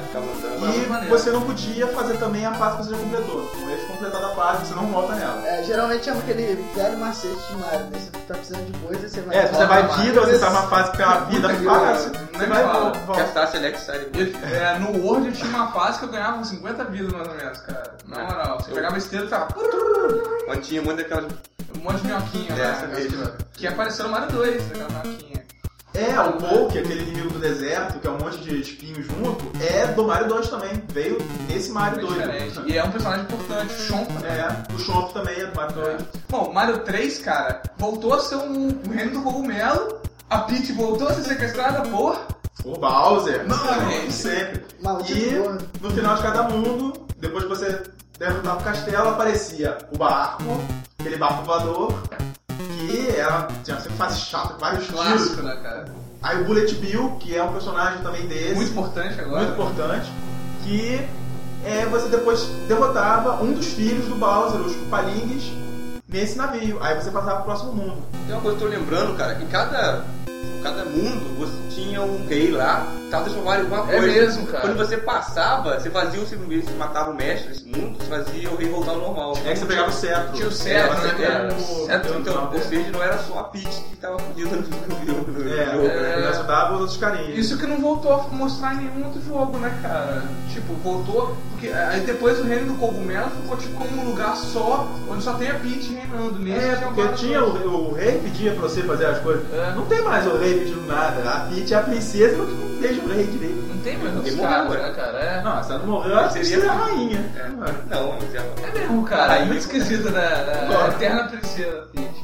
mano? E você não podia fazer também a fase que você já completou. Uma vez completada a fase, você não volta nela. Geralmente é aquele velho macete de Mario, né? Você tá precisando de coisa, você vai... você vai vida, você tá numa fase que tem uma vida fácil, você vai voltar. Gastar Select Side. No World eu tinha uma fase que eu ganhava 50 vidas mais ou menos, cara. Na moral, você pegava esteira e tava... Mas tinha muito daquelas... Um monte de minhoquinha, que apareceu no Mario 2, aquela minhoquinha. O Poke, aquele inimigo do deserto, que é um monte de espinhos junto, é do Mario 2 também. Veio nesse Mario 2. Diferente. E é um personagem importante, o Chomp. O Chomp também é do Mario 2. Bom, o Mario 3, cara, voltou a ser um reino do cogumelo. A Peach voltou a ser sequestrada por... O Bowser. Não, sempre. E no final de cada mundo, depois que você derrotava o castelo, aparecia o barco, aquele barco voador, que tinha sempre fase chata, vários tiros. Né, cara? Aí o Bullet Bill, que é um personagem também desse. Muito importante agora. Muito importante. Que você depois derrotava um dos filhos do Bowser, os Palingues, nesse navio. Aí você passava pro próximo mundo. Tem uma coisa que eu tô lembrando, cara, que em cada mundo você tinha um rei lá, tava transformado em alguma coisa. É mesmo, cara. Quando você passava, você fazia você matava o mestre nesse mundo, você fazia o rei voltar ao normal. É que você pegava o cetro. Tinha o cetro, né, cara? Então, ou seja, não era só a Peach que tava fodida no jogo. Ele ajudava os outros carinhos. Isso que não voltou a mostrar em nenhum outro jogo, né, cara? Tipo, voltou... Porque aí depois o reino do cogumelo ficou tipo como um lugar só, onde só tem a Peach reinando. Porque tinha o rei pedia pra você fazer as coisas. Não tem mais o rei pedindo nada. A Peach é a princesa, mas não deixa o rei direito. Não tem mais os caras, né, cara? Não, se ela não morreu, ela seria a rainha. Não, é mesmo, cara. É muito esquisito, né? A eterna princesa, Peach.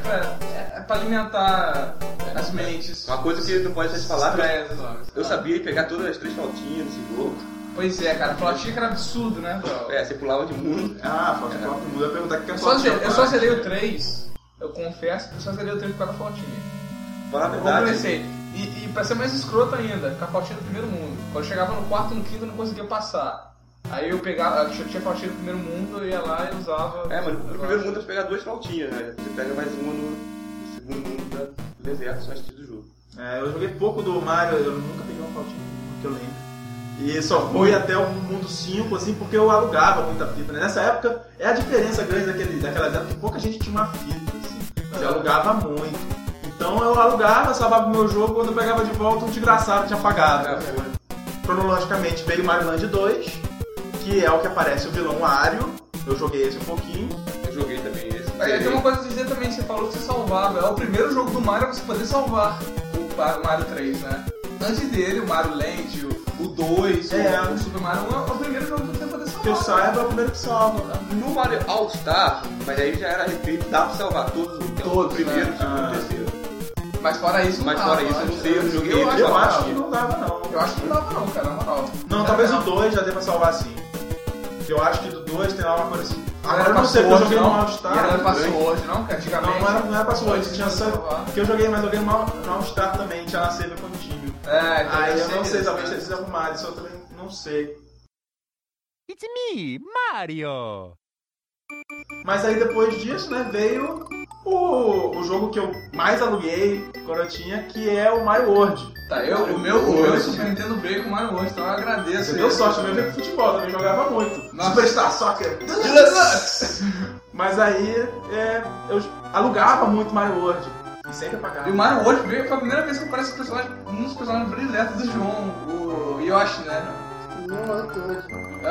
É pra alimentar as mentes. Uma coisa que não pode se falar, eu sabia pegar todas as 3 flautinhas desse jogo. Pois é, cara, flautinha que era absurdo, né, bro? Você pulava de mundo. Flautinha de mundo. Eu ia perguntar o que é flautinha. Eu só zerei o 3, eu confesso que eu só zerei o 3 por causa da flautinha. Fala a verdade. Eu comecei. E pra ser mais escroto ainda, com a flautinha do primeiro mundo. Quando eu chegava no quarto e no quinto eu não conseguia passar. Aí eu pegava, eu tinha flautinha no primeiro mundo, eu ia lá e usava. Mas no primeiro mundo você pega 2 flautinhas, né? Você pega mais uma no segundo mundo do deserto, só antes do jogo. Eu joguei pouco do Mario, eu nunca peguei uma flautinha, que eu lembro. E só fui até o mundo 5, assim, porque eu alugava muita fita, né? Nessa época, é a diferença grande daquelas épocas que pouca gente tinha uma fita, assim. Você alugava muito. Então eu alugava, salvava o meu jogo, quando eu pegava de volta, um desgraçado tinha pagado. Cronologicamente veio Mario Land 2, que é o que aparece o vilão Wario. Eu joguei esse um pouquinho. Eu joguei também esse. Tem uma coisa a dizer também, você falou que você salvava. É o primeiro jogo do Mario pra você poder salvar o Mario 3, né? Antes dele, o Mario Land, o 2, o Super Mario 1 é o primeiro jogo que você poder salvar. Que eu saiba é o primeiro que salva. No Mario All Star, mas aí já era refeito, dá pra salvar todos o primeiro, o segundo e o terceiro. Mas fora isso, eu não sei, eu não joguei. Eu acho que não dava, não. Eu acho que não dava, não, cara, na moral. Não, talvez o 2 já dê pra salvar sim. Eu acho que do 2 tem lá uma coisa assim. Agora eu não sei, porque eu joguei no All Star. Não era password, não? Que antigamente. Não era password, tinha só. Porque eu joguei no All Star também, tinha na save contínuo. Então aí eu não sei, talvez eles arrumaram, isso eu também não sei. It's me, Mario! Mas aí depois disso, né, veio o jogo que eu mais aluguei quando eu tinha, que é o Mario World. Tá, o meu Super Nintendo veio com o Mario World, então eu agradeço. Você deu sorte, o meu veio com futebol, também jogava muito. Nossa. Superstar Soccer. Mas aí eu alugava muito Mario World. E sempre pagava. E o Mario World veio, foi a primeira vez que aparece um dos personagens prediletos do João, o Yoshi, né? Não, é o Toad.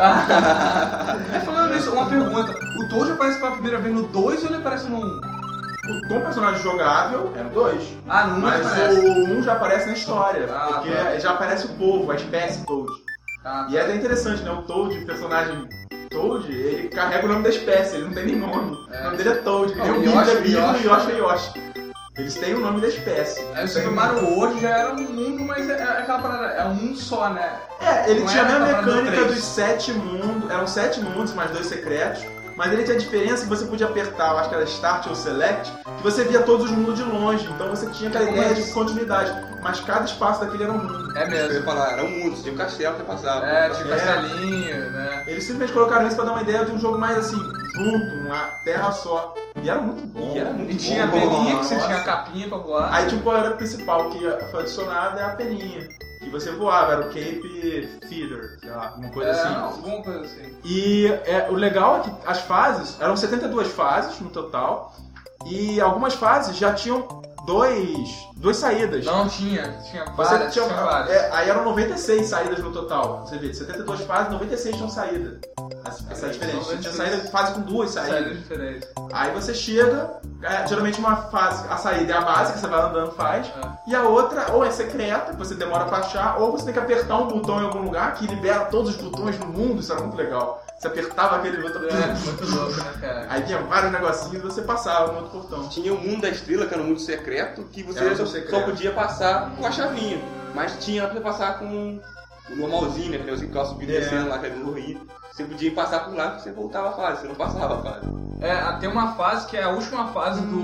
Falando nisso, uma pergunta. O Toad aparece pela primeira vez no 2 ou ele aparece no 1? Com o personagem jogável é no 2. No 1 mas aparece. O 1 já aparece na história. Porque tá. já aparece o povo, a espécie Toad. E é até interessante, né? O Toad, o personagem Toad, ele carrega o nome da espécie, ele não tem nem nome. O nome dele é Toad. O Yoshi é Yoshi. Eles têm o nome da espécie. Aí o Super Mario World já era um mundo, mas é aquela parada, é um mundo só, né? Ele Não tinha a mesma era mecânica dos 7 mundos, eram 7 mundos, mais 2 secretos, mas ele tinha a diferença que você podia apertar, eu acho que era Start ou Select, que você via todos os mundos de longe, então você tinha aquela ideia de continuidade, mas cada espaço daquele era um mundo. É mesmo. Eu ia falar, era um mundo, tinha um castelo que passava. Tinha um castelinho, né? Eles simplesmente colocaram isso pra dar uma ideia de um jogo mais assim, junto, uma terra só. E era muito bom. E tinha a peninha, que você tinha a capinha pra voar. Aí tinha o poder principal que foi adicionado, é a peninha. Que você voava, era o Cape Feeder, sei lá, uma coisa assim. Alguma coisa assim. E o legal é que as fases, eram 72 fases no total, e algumas fases já tinham duas saídas. Não, tinha várias. Aí eram 96 saídas no total. Você vê, de 72 fases, 96 tinham saída. Essa é diferente. Tinha saída, fase com 2 saídas. Diferentes. Aí você chega, geralmente uma fase, a saída é a base, que você vai andando faz, e a outra ou é secreta, que você demora pra achar, ou você tem que apertar um botão em algum lugar que libera todos os botões no mundo, isso era muito legal. Você apertava aquele botão. Muito louco, né, cara? Aí tinha vários negocinhos e você passava no outro portão. Tinha o mundo da estrela, que era um mundo secreto, que você só podia passar com a chavinha. Mas tinha pra você passar com o normalzinho, né? Que você ficava subindo e descendo lá, querendo morrer. Você podia passar por lá e você voltava a fase, você não passava a fase. Tem uma fase que é a última fase do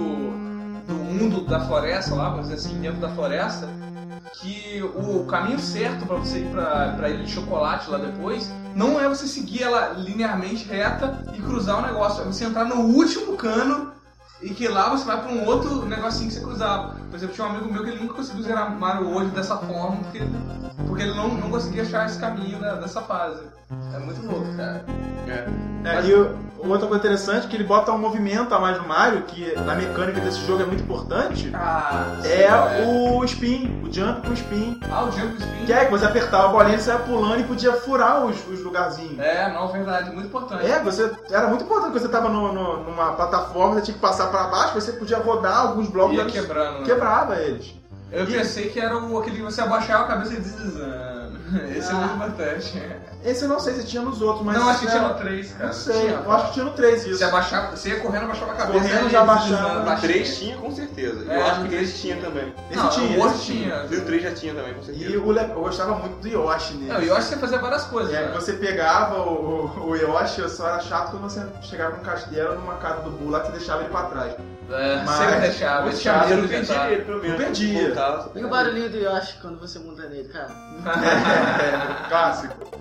mundo da floresta lá, vamos dizer assim, dentro da floresta, que o caminho certo pra você ir pra Ilha de Chocolate lá depois não é você seguir ela linearmente reta e cruzar o negócio, é você entrar no último cano e que lá você vai pra um outro negocinho que você cruzava. Por exemplo, tinha um amigo meu que ele nunca conseguiu zerar Mario World dessa forma porque ele não conseguia achar esse caminho dessa fase. É muito louco, cara. E outra coisa interessante é que ele bota um movimento a mais no Mario, que na mecânica desse jogo é muito importante, o spin, o jump com spin. O jump com spin. Que que você apertava a bolinha e você ia pulando e podia furar os lugarzinhos. Verdade, muito importante. Era muito importante quando você tava numa plataforma, você tinha que passar pra baixo, você podia rodar alguns blocos e quebrando, né? Quebrava eles. Eu pensei que era aquele que você abaixava a cabeça e deslizando. Esse é muito importante. Esse eu não sei se tinha nos outros, mas... Não, acho que tinha no 3, cara. Não sei, eu acho que tinha no 3 isso. Você ia correndo, abaixava a cabeça. Correndo, já abaixava. O 3 tinha, com certeza. Eu acho que esse tinha também. O outro tinha. E o 3 já tinha também, com certeza. E eu gostava muito do Yoshi nele. O Yoshi você fazia várias coisas. Você pegava o Yoshi, só era chato quando você chegava num castelo, numa casa do Buu lá, que você deixava ele pra trás. Você deixava. Eu não perdia ele, pelo menos. Não perdia. E o barulhinho do Yoshi quando você monta nele, cara? Clássico.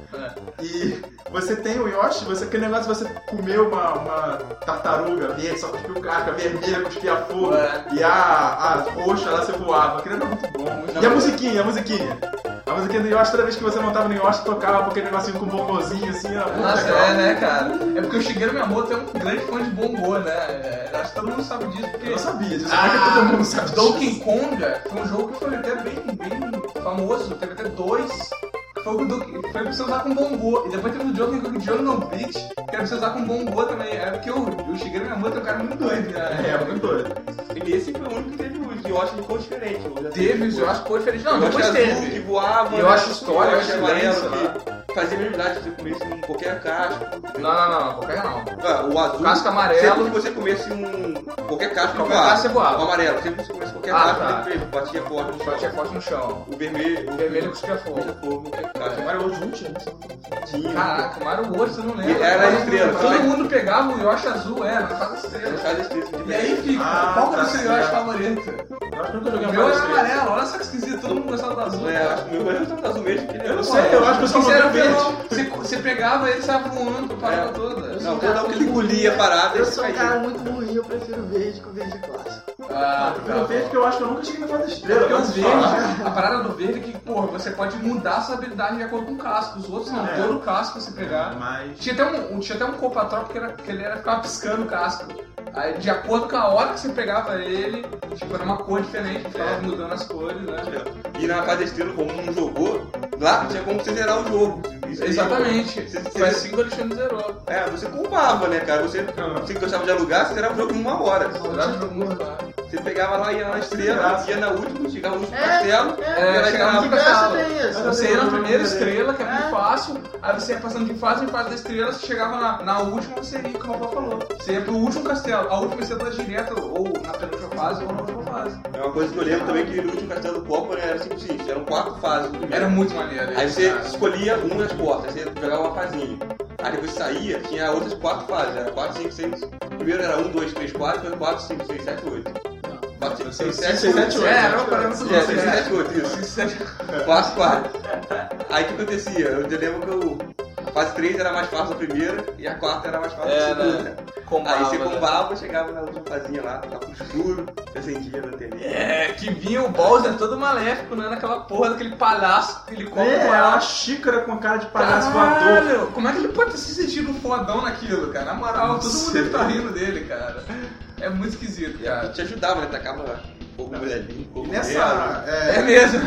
E você tem o Yoshi, aquele negócio de você comer uma tartaruga verde, só cuspir o casca, vermelha, cuspia fogo, e a roxa lá você voava. Aquele era muito bom. E a musiquinha. A musiquinha do Yoshi, toda vez que você montava no Yoshi, tocava aquele negocinho com um bongozinho assim, era muito Nossa, legal. né, cara? É porque o Shigeru Miyamoto é um grande fã de bongô, né? Acho que todo mundo sabe disso, porque... Eu não sabia disso, como é que todo mundo sabe disso? Donkey Konga foi um jogo que foi até bem famoso, teve até 2. Foi pra você usar com bongô. E depois teve o Donkey Kong Jungle Beat, que era pra você usar com bongô também. É porque o Shigeru Miyamoto é um cara muito doido, né? É, muito doido. E esse foi o único que teve os Yoshi de cor diferente. Teve os Yoshi cor diferente. Não, Yoshi depois azul teve. que voava. E Yoshi história, Yoshi Yoshi amarelo sei lá. que fazia a mesma idade se você comesse em qualquer casco. Não, qualquer não. O azul. Casco amarelo. Sempre que você comesse qualquer casco, Qualquer casco você voava. O amarelo, sempre que você comesse qualquer casco, ele batia forte no chão. Batia forte no chão. O vermelho cuspia fogo. qualquer casco. Mario World não tinha. Tinha. Caraca, Mario World, você não lembra? E era estrela. Todo mundo pegava o Yoshi azul, na fase estrela. Faz estrela. E aí fica, qual que era o seu Yoshi favorito? Eu acho que eu nunca joguei O meu era amarelo, olha só que esquisito, todo mundo gostava do azul. Acho que o meu era azul mesmo. Eu não sei, eu acho que eu só Você mandei era verde. você pegava ele e saia voando pra parada toda. Não, toda hora que ele engolia a parada, Eu ele sou um caía. cara muito ruim, eu prefiro verde que o verde clássico. Eu verde que eu acho que eu nunca cheguei na fase estrela. Porque o antes de verde, falar. a parada do verde é que, porra, você pode mudar a sua habilidade de acordo com o casco. Os outros não, todo casco que você pegar. Mas... Tinha até um Copatrop que ele ficava piscando o casco. Aí, de acordo com a hora que você pegava ele, tipo, era uma cor diferente, ficava mudando as cores, né? E na fase estrela, como não jogou, lá tinha como você zerar o jogo. Isso aí, Exatamente. Você, Foi assim que o Alexandre zerou. você compava, né, cara? Você gostava de alugar, você zerava o jogo em 1 hora. Zerava o jogo muito rápido. Você pegava lá, ia na estrela, ia na última, chegava no último É, castelo, ia lá e chegava no ganhava. castelo. tem isso. Você ia na primeira estrela, que é muito fácil, aí você ia passando de fase em fase da estrela, você chegava na última, você ia, como o Rafa falou. Você ia pro último castelo, a última estrela direto, ou na penúltima fase, ou na última fase. É uma coisa que eu lembro também que no último castelo do Popper era assim, eram 4 fases do primeiro. Era muito maneiro. Aí você cara. escolhia uma das portas, você jogava uma fazinha. Aí depois saía, tinha outras 4 fases, era 4, 5, 6. Primeiro era 1, 2, 3, 4, depois 4, 5, 6, 7, 8. 4, 5, 6, 7, 8. Era uma parada muito louca. 6, 7, 8, isso. 4, 4. Aí o que acontecia? Eu lembro que a fase 3 era mais fácil da primeira e a 4 era mais fácil da segunda. Aí você combava, chegava na última fazinha lá, tava escuro, acendia na TV. Que vinha o Bowser todo maléfico, né? Naquela porra daquele palhaço, aquele copo É, com uma ela. xícara com cara de palhaço voador. Caralho, como é que ele pode ter se sentido fodão naquilo, cara? Na moral, todo mundo deve tá rindo dele, cara. É muito esquisito, E cara. te ajudava, né? Tacava fogo molequinho, fogo E nessa... É mesmo,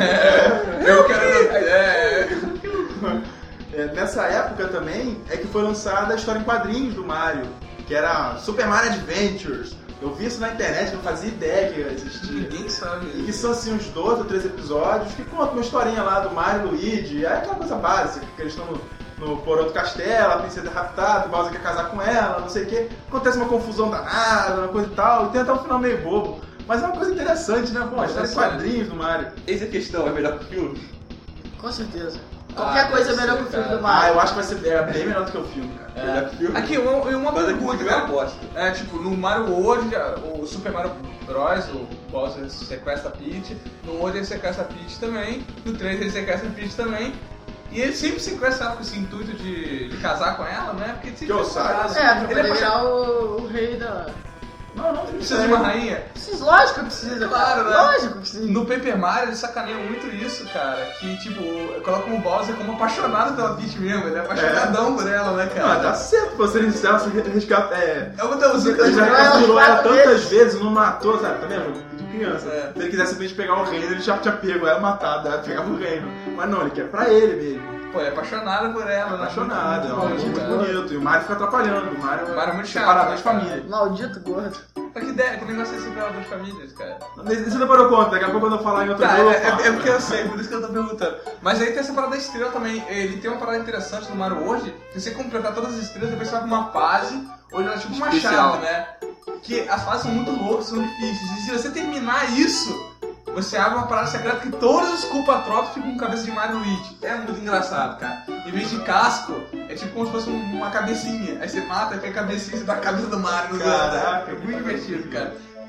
Eu quero... Nessa época também é que foi lançada a história em quadrinhos do Mario, que era Super Mario Adventures. Eu vi isso na internet, não fazia ideia que existia. Ninguém sabe. E que são assim uns 12 ou 13 episódios que contam uma historinha lá do Mario e Luigi. É aquela coisa básica, que eles estão no porão do castelo, a princesa é raptada, o Bowser quer casar com ela, não sei o que. Acontece uma confusão danada, uma coisa e tal, e tem até um final meio bobo. Mas é uma coisa interessante, né? Pô, a história em quadrinhos do Mario. Eis a questão, é melhor que o filme? Com certeza. Qualquer coisa é melhor que o filme do Ah, Mario. eu acho que vai ser bem melhor do que o filme, cara. Melhor que o filme? Aqui, uma Mas aqui o pergunta, filme é uma cara. bosta. Tipo, no Mario World, o Super Mario Bros, o Bowser sequestra a Peach, no World ele sequestra a Peach também, no 3 ele sequestra a Peach também, e ele sempre sequestra ela com esse intuito de casar com ela, né? Porque Que eu saiba. Pra Ele poder é virar o rei da... Não precisa de uma rainha. Lógico que precisa, Claro, cara. né? Lógico que precisa. No Paper Mario eles sacaneiam muito isso, cara. Que, tipo, colocam o Bowser como apaixonado pela Peach mesmo. Ele é apaixonadão por ela, né, cara? Não, tá certo, pô, se ele riscar. É o botãozinho que Ele já Ela recapturou ela quatro tantas vezes, não matou, sabe? Tá vendo? De criança. É. Se ele quisesse simplesmente pegar o reino, ele já tinha pego ela matada, pegava o reino. Mas não, ele quer pra ele mesmo. Pô, é apaixonado por ela, né? Apaixonado, é Muito muito bom, cara. bonito. E o Mario fica atrapalhando. O Mario é muito chato, separador né, de cara? família. Maldito gordo. Mas que ideia, que negócio é esse separador de famílias, cara? Você demorou conta, daqui a pouco quando eu falar em outro Tá, jogo. é porque eu sei, por isso que eu tô perguntando. Mas aí tem essa parada da estrela também. Ele tem uma parada interessante no Mario World, que você completar todas as estrelas, depois você vai pra uma fase, onde ela é tipo uma Especial. chave, né? Que as fases são muito loucas, são difíceis. E se você terminar isso, você abre uma parada secreta que todos os Culpa-Trops ficam com cabeça de Mario e Luigi. É muito engraçado, cara. Em vez de casco, é tipo como se fosse uma cabecinha. Aí você mata, aí fica a cabecinha e você dá a cabeça do Mario. Caraca, é muito divertido, cara.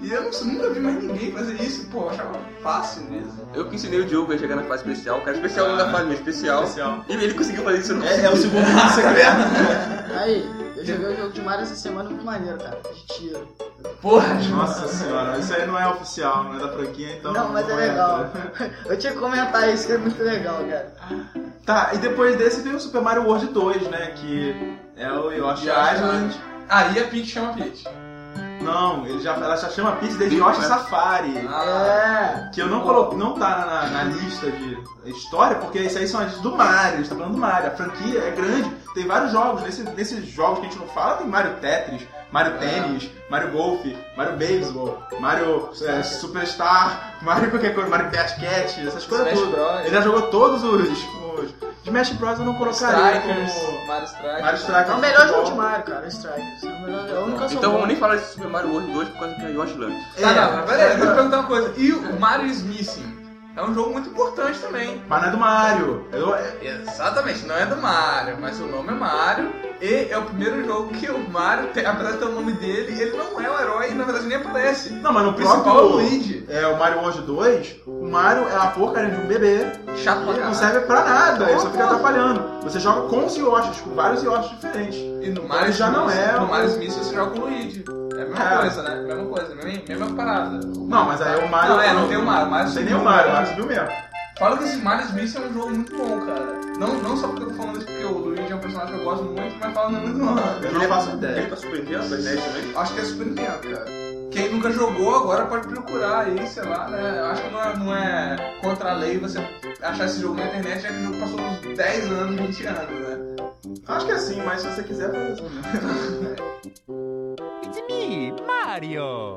E eu nunca vi mais ninguém fazer isso, pô, eu achava fácil mesmo. Eu que ensinei o Diogo a chegar na fase especial. O cara especial não da fase mais especial. E ele conseguiu fazer isso, eu não consegui. É o segundo secreto. Aí, eu joguei o jogo de Mario essa semana, muito maneiro, cara. De tiro. Porra, Nossa senhora, isso aí não é oficial, não é da franquia, então... Não, mas é legal. Eu tinha que comentar isso, que é muito legal, cara. Tá, e depois desse veio o Super Mario World 2, né, que é o Yoshi Island. Aí a Peach chama Peach. Não, ela já chama Peach desde Yoshi Safari. Que eu não tá na lista de história, porque isso aí são as do Mario, a gente tá falando do Mario. A franquia é grande, tem vários jogos. Nesses jogos que a gente não fala, tem Mario Tetris, Mario Tênis, Mario Golf, Mario Baseball, Mario Superstar, Mario qualquer coisa, Mario Cat, essas coisas tudo. Ele já jogou todos os... Smash Bros eu não colocaria como... Mario Strikers. É o melhor jogo de Mario, cara, Strikers. É a única Então vamos nem falar de Super Mario World 2 por causa que é Yoshi Land. Não, peraí, eu vou te perguntar uma coisa. E o Mario is Missing? É um jogo muito importante também. Mas não é do Mario. Exatamente, não é do Mario, mas o nome é Mario. E é o primeiro jogo que o Mario, apesar de ter o nome dele, ele não é o herói e na verdade nem aparece. Não, mas no principal próprio é o Luigi. O Mario World 2, o Mario é a porcaria de um bebê. Chato pra Ele não caralho. serve pra nada, ele só fica atrapalhando. Você joga com os Yoshis, com vários Yoshis diferentes. E no Mario já não é. No Mario Smith você joga com o Luigi. É a mesma coisa, né? Mesma coisa, mesma parada. Não, mas aí o Mario... Não tem o Mario. Não tem nem o Mario subiu mesmo. Fala que esse Mario Smith é um jogo muito bom, cara. Não só porque eu tô falando isso porque o Luigi é um personagem que eu gosto muito, mas falando muito bom. Eu não faço ideia. Ele tá Super Nintendo, pra NES também? Acho que é Super Nintendo, cara. Quem nunca jogou agora pode procurar aí, sei lá, né? Eu acho que não é contra a lei você achar esse jogo na internet, já que o jogo passou uns 10 anos, 20 anos, né? Acho que é assim, mas se você quiser fazer assim, né? It's me, Mario!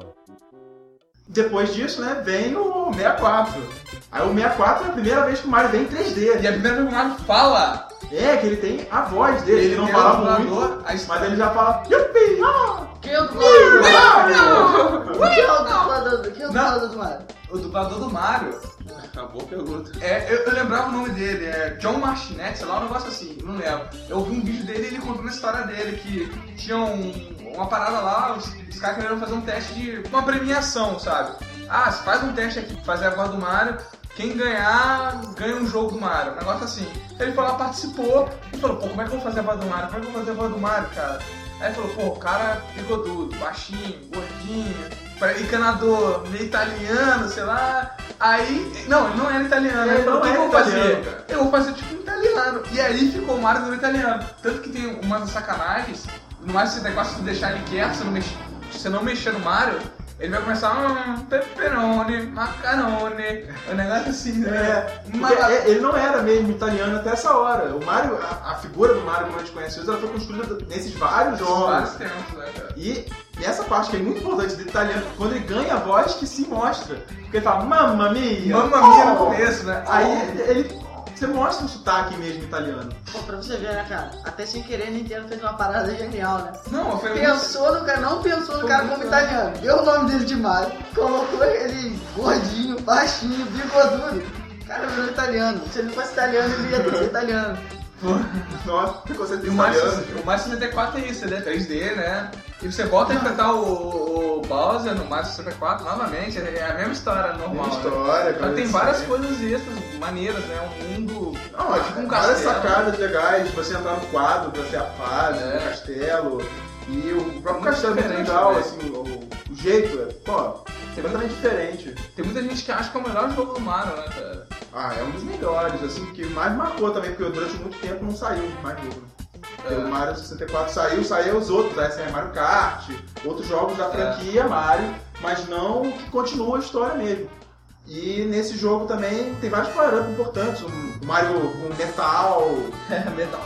Depois disso, né, vem o 64. Aí o 64 é a primeira vez que o Mario vem em 3D. E a primeira vez que o Mario fala... É, que ele tem a voz dele, ele não tem fala o dublador, muito, a mas ele já fala Yuppie! Quem é o dublador do Mario? O dublador do Mario... Acabou a pergunta. Eu lembrava o nome dele, John Martinet, sei lá, um negócio assim, não lembro. Eu vi um vídeo dele e ele contando a história dele, que tinha uma parada lá, os caras queriam fazer um teste de uma premiação, sabe? Ah, você faz um teste aqui, fazer a voz do Mario, quem ganhar, ganha um jogo do Mario, um negócio assim. Ele foi lá, participou, e falou, pô, como é que eu vou fazer a voz do Mario? Como é que eu vou fazer a voz do Mario, cara? Aí ele falou, pô, o cara ficou tudo, baixinho, gordinho, encanador, meio italiano, sei lá. Aí, não, ele não era italiano. Ele falou, o que eu vou fazer? Eu vou fazer tipo um italiano. E aí ficou o Mario no italiano. Tanto que tem umas sacanagens, no Mario 64, se você deixar ele quieto, se você não mexer no Mario, ele vai começar, pepperoni, macarone, um negócio assim, né? Ele não era mesmo italiano até essa hora. O Mario, a figura do Mario, como a gente conhece hoje, ela foi construída nesses vários jogos. Vários tempos, né, cara? E essa parte que é muito importante do italiano, quando ele ganha a voz que se mostra. Porque ele fala, mamma mia! Mamma mia no começo, né? Aí você mostra um sotaque mesmo italiano. Pô, pra você ver, né, cara? Até sem querer, a Nintendo fez uma parada genial, né? Não, foi pensou no cara, não pensou no cara como italiano. Deu o nome dele de Mario, colocou ele gordinho, baixinho, bigodudo. Cara, virou italiano. Se ele fosse italiano, ele ia ter que ser italiano. Nossa, ficou sendo o Mario 64 é isso, ele é 3D, né? E você volta a enfrentar o Bowser no Mario 64 novamente, é a mesma história normal. História, né? Então tem várias coisas extras, maneiras, né? Um mundo. Não, tipo um várias sacadas legais, você entrar no quadro pra ser a fase, no castelo. E o próprio castelo é muito legal, né? Assim, o jeito, pô, é completamente diferente. Tem muita gente que acha que é o melhor jogo do Mario, né, cara? É um dos melhores, assim, que mais marcou também, porque durante muito tempo não saiu mais jogo. O Mario 64 saiu os outros, né? Mario Kart, outros jogos da franquia Mario, mas não que continua a história mesmo. E nesse jogo também tem vários power-ups importantes, o Mario com metal, Metal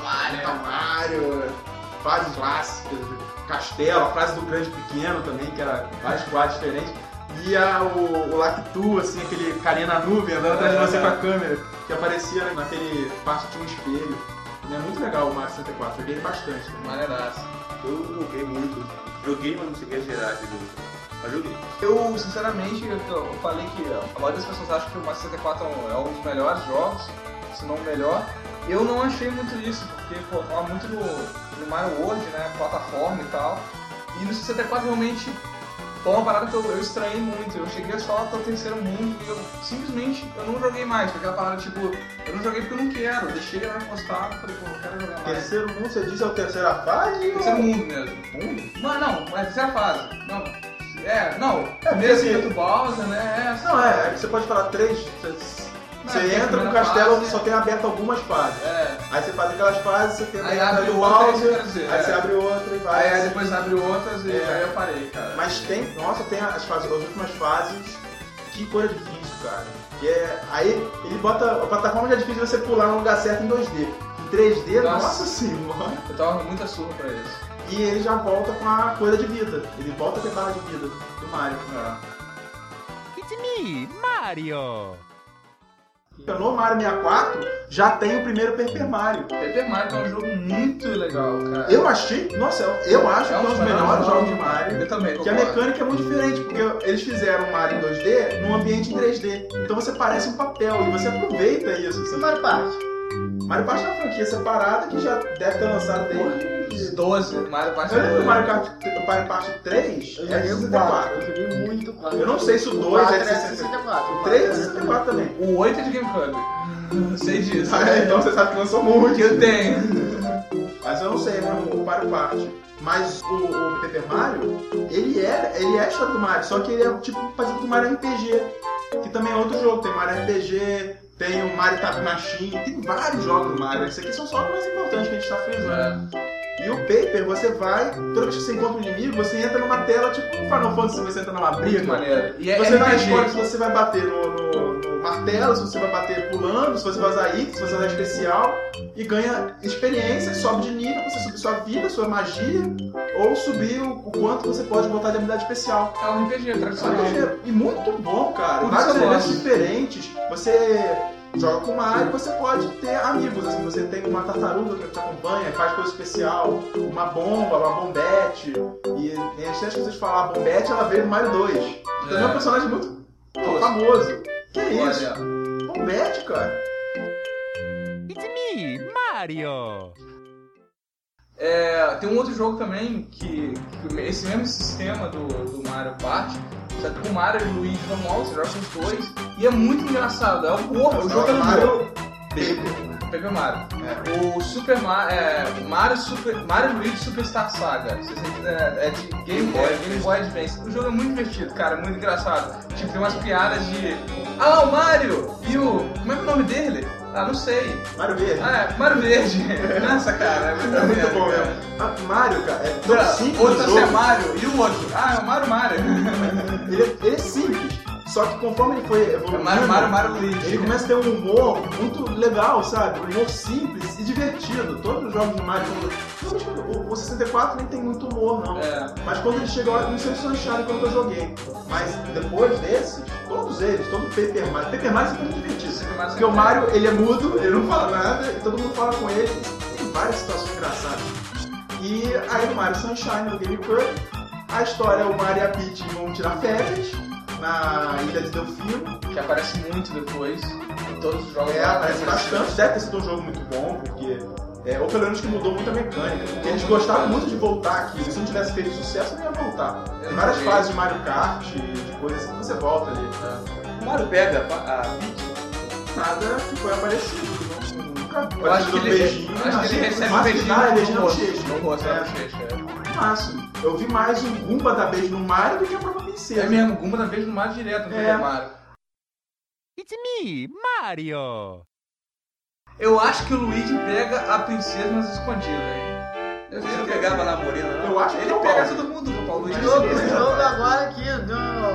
Mario, fases clássicas, castelo, a fase do grande e pequeno também, que era vários quadros diferentes. E o Lactu, assim, aquele carinha na nuvem andando atrás de você com a câmera, que aparecia naquele parte de um espelho. É muito legal o Mario 64, joguei bastante. Maneiraço. Eu joguei muito. Joguei, mas não cheguei a gerar esse jogo. Mas joguei. Eu, sinceramente, eu falei que a maioria das pessoas acha que o Mario 64 é um dos melhores jogos, se não o melhor. Eu não achei muito isso, porque, pô, fala muito no Mario World, né, plataforma e tal. E no 64 realmente foi uma parada que eu estranhei muito. Eu cheguei só até o terceiro mundo e eu simplesmente não joguei mais. Foi aquela parada tipo, eu não joguei porque eu não quero. Eu deixei ela postado e falei, pô, não quero jogar mais. Terceiro mundo, você diz é o terceira fase? Terceiro mundo mesmo. Mundo? Mas não, é a terceira fase. Não. porque Primeiro assim- você do Bowser, né? Não, você pode falar 3. Você Não, entra no primeira castelo, fase- só tem aberto algumas fases. É. Aí você faz aquelas fases, você tem Aí a abre do outra, Bowser, quer dizer, aí é. você abre outra e vai. Aí depois abre outras e aí eu parei, cara. Mas tem as últimas fases, que coisa difícil, cara. Aí ele bota, a plataforma já é difícil você pular no lugar certo em 2D. Em 3D, nossa senhora. Eu tava muita surra pra isso. E ele já volta com a coisa de vida. Ele volta a ter barra de vida do Mario. It's me, Mario. No Mario 64 já tem o primeiro Paper Mario. Paper Mario é um jogo muito legal, cara. Eu acho que é um dos melhores jogos de Mario. Eu também, Que a mecânica é muito diferente, porque eles fizeram o Mario em 2D num ambiente em 3D. Então você parece um papel e você aproveita isso. Esse Mario Party. Mario Party é uma franquia separada que já deve ter lançado desde... 12, Mario Party Eu lembro do 12. Mario Party 3 Eu é joguei o 64. 4. Eu joguei muito o 4. Eu não sei se o 2 é 64. 64. O O 3 é 4 64 também. O 8 é de GameCube. Eu sei disso. Então você sabe que lançou muito. Eu tenho. Mas eu não sei, né? O Mario Party. Mas o Paper Mario, ele é a história do Mario, só que ele é tipo parecido com o Mario RPG, que também é outro jogo. Tem Mario RPG, tem o Mario Time Machine, tem vários jogos do Mario. Esses aqui são só os mais importantes que a gente tá frisando. E o Paper, você vai, toda vez que você encontra um inimigo, você entra numa tela tipo um Final Fantasy, você entra numa briga. Muito maneiro. E Você vai RPG. escolher se você vai bater no martelo, se você vai bater pulando, se você vai usar itens, se você vai usar especial, e ganha experiência, sobe de nível, você subir sua vida, sua magia, ou subir o quanto você pode botar de habilidade especial. É um RPG tradicional. E muito bom, cara. Por Vários isso eu elementos gosto. diferentes. Você joga com Mario, você pode ter amigos, assim, você tem uma tartaruga que te acompanha, faz coisa especial, uma bomba, uma bombete. E antes de vocês falar, a bombete ela veio no Mario 2. Também é um personagem muito famoso. Que isso? Olha, Bombete, cara. It's me, Mario. tem um outro jogo também que esse mesmo sistema do Mario Party, só que com o Mario e o Luigi normal, você joga com os dois, e é muito engraçado. É o jogo do Mario. Paper Mario. O Super Mario Luigi Superstar Saga. É de Game Boy Advance. O jogo é muito divertido, cara, muito engraçado. Tipo, tem umas piadas de... Ah lá, o Mario! E o... Como é que é o nome dele? Ah, não sei. Mario Verde. Mario Verde. Nossa, cara, é muito, É muito merda, bom cara. mesmo. Mario, cara, é tão simples. Outro o é jogo. Mario e o outro. Ah, é o Mario. Ele é simples. Só que conforme ele foi evoluindo, Mario Luigi. ele começa a ter um humor muito legal, sabe? Um humor simples e divertido. Todos os jogos de Mario, o 64 nem tem muito humor, não. Mas quando ele chega lá, não sei se Sunshine quando eu joguei. Mas depois desses, todos eles, todo o Paper Mario é sempre muito divertido. Porque o Mario, ele é mudo, ele não fala nada, e todo mundo fala com ele. Tem várias situações engraçadas. E aí no Mario Sunshine, no GameCube, a história é o Mario e a Peach vão tirar férias na ilha de Delfino. Que aparece muito depois em todos os jogos. Aparece bastante. Deve ter sido um jogo muito bom, porque... ou pelo menos que mudou muito a mecânica. Porque eles gostaram muito de voltar aqui. Se não tivesse feito sucesso, não ia voltar. Tem várias fases de Mario Kart, de coisas assim que você volta ali. O Mario pega a Peach. Nada ficou parecido. Nunca Eu acho que do ele, beijinho. acho que ele recebe Mas beijinho beijinho no no rosto. bochecha. No rosto, É. na bochecha. Máximo. Eu vi mais um Goomba dar beijo no Mario do que a própria princesa. É mesmo, Goomba da vez no Mario direto no Paper Mario. It's me, Mario. Eu acho que o Luigi pega a princesa nas escondidas, hein? Ele não pegava na morena, não. Eu acho que Ele não, pega Paulo. todo mundo, o Paulo Luigi. Esse jogo agora aqui deu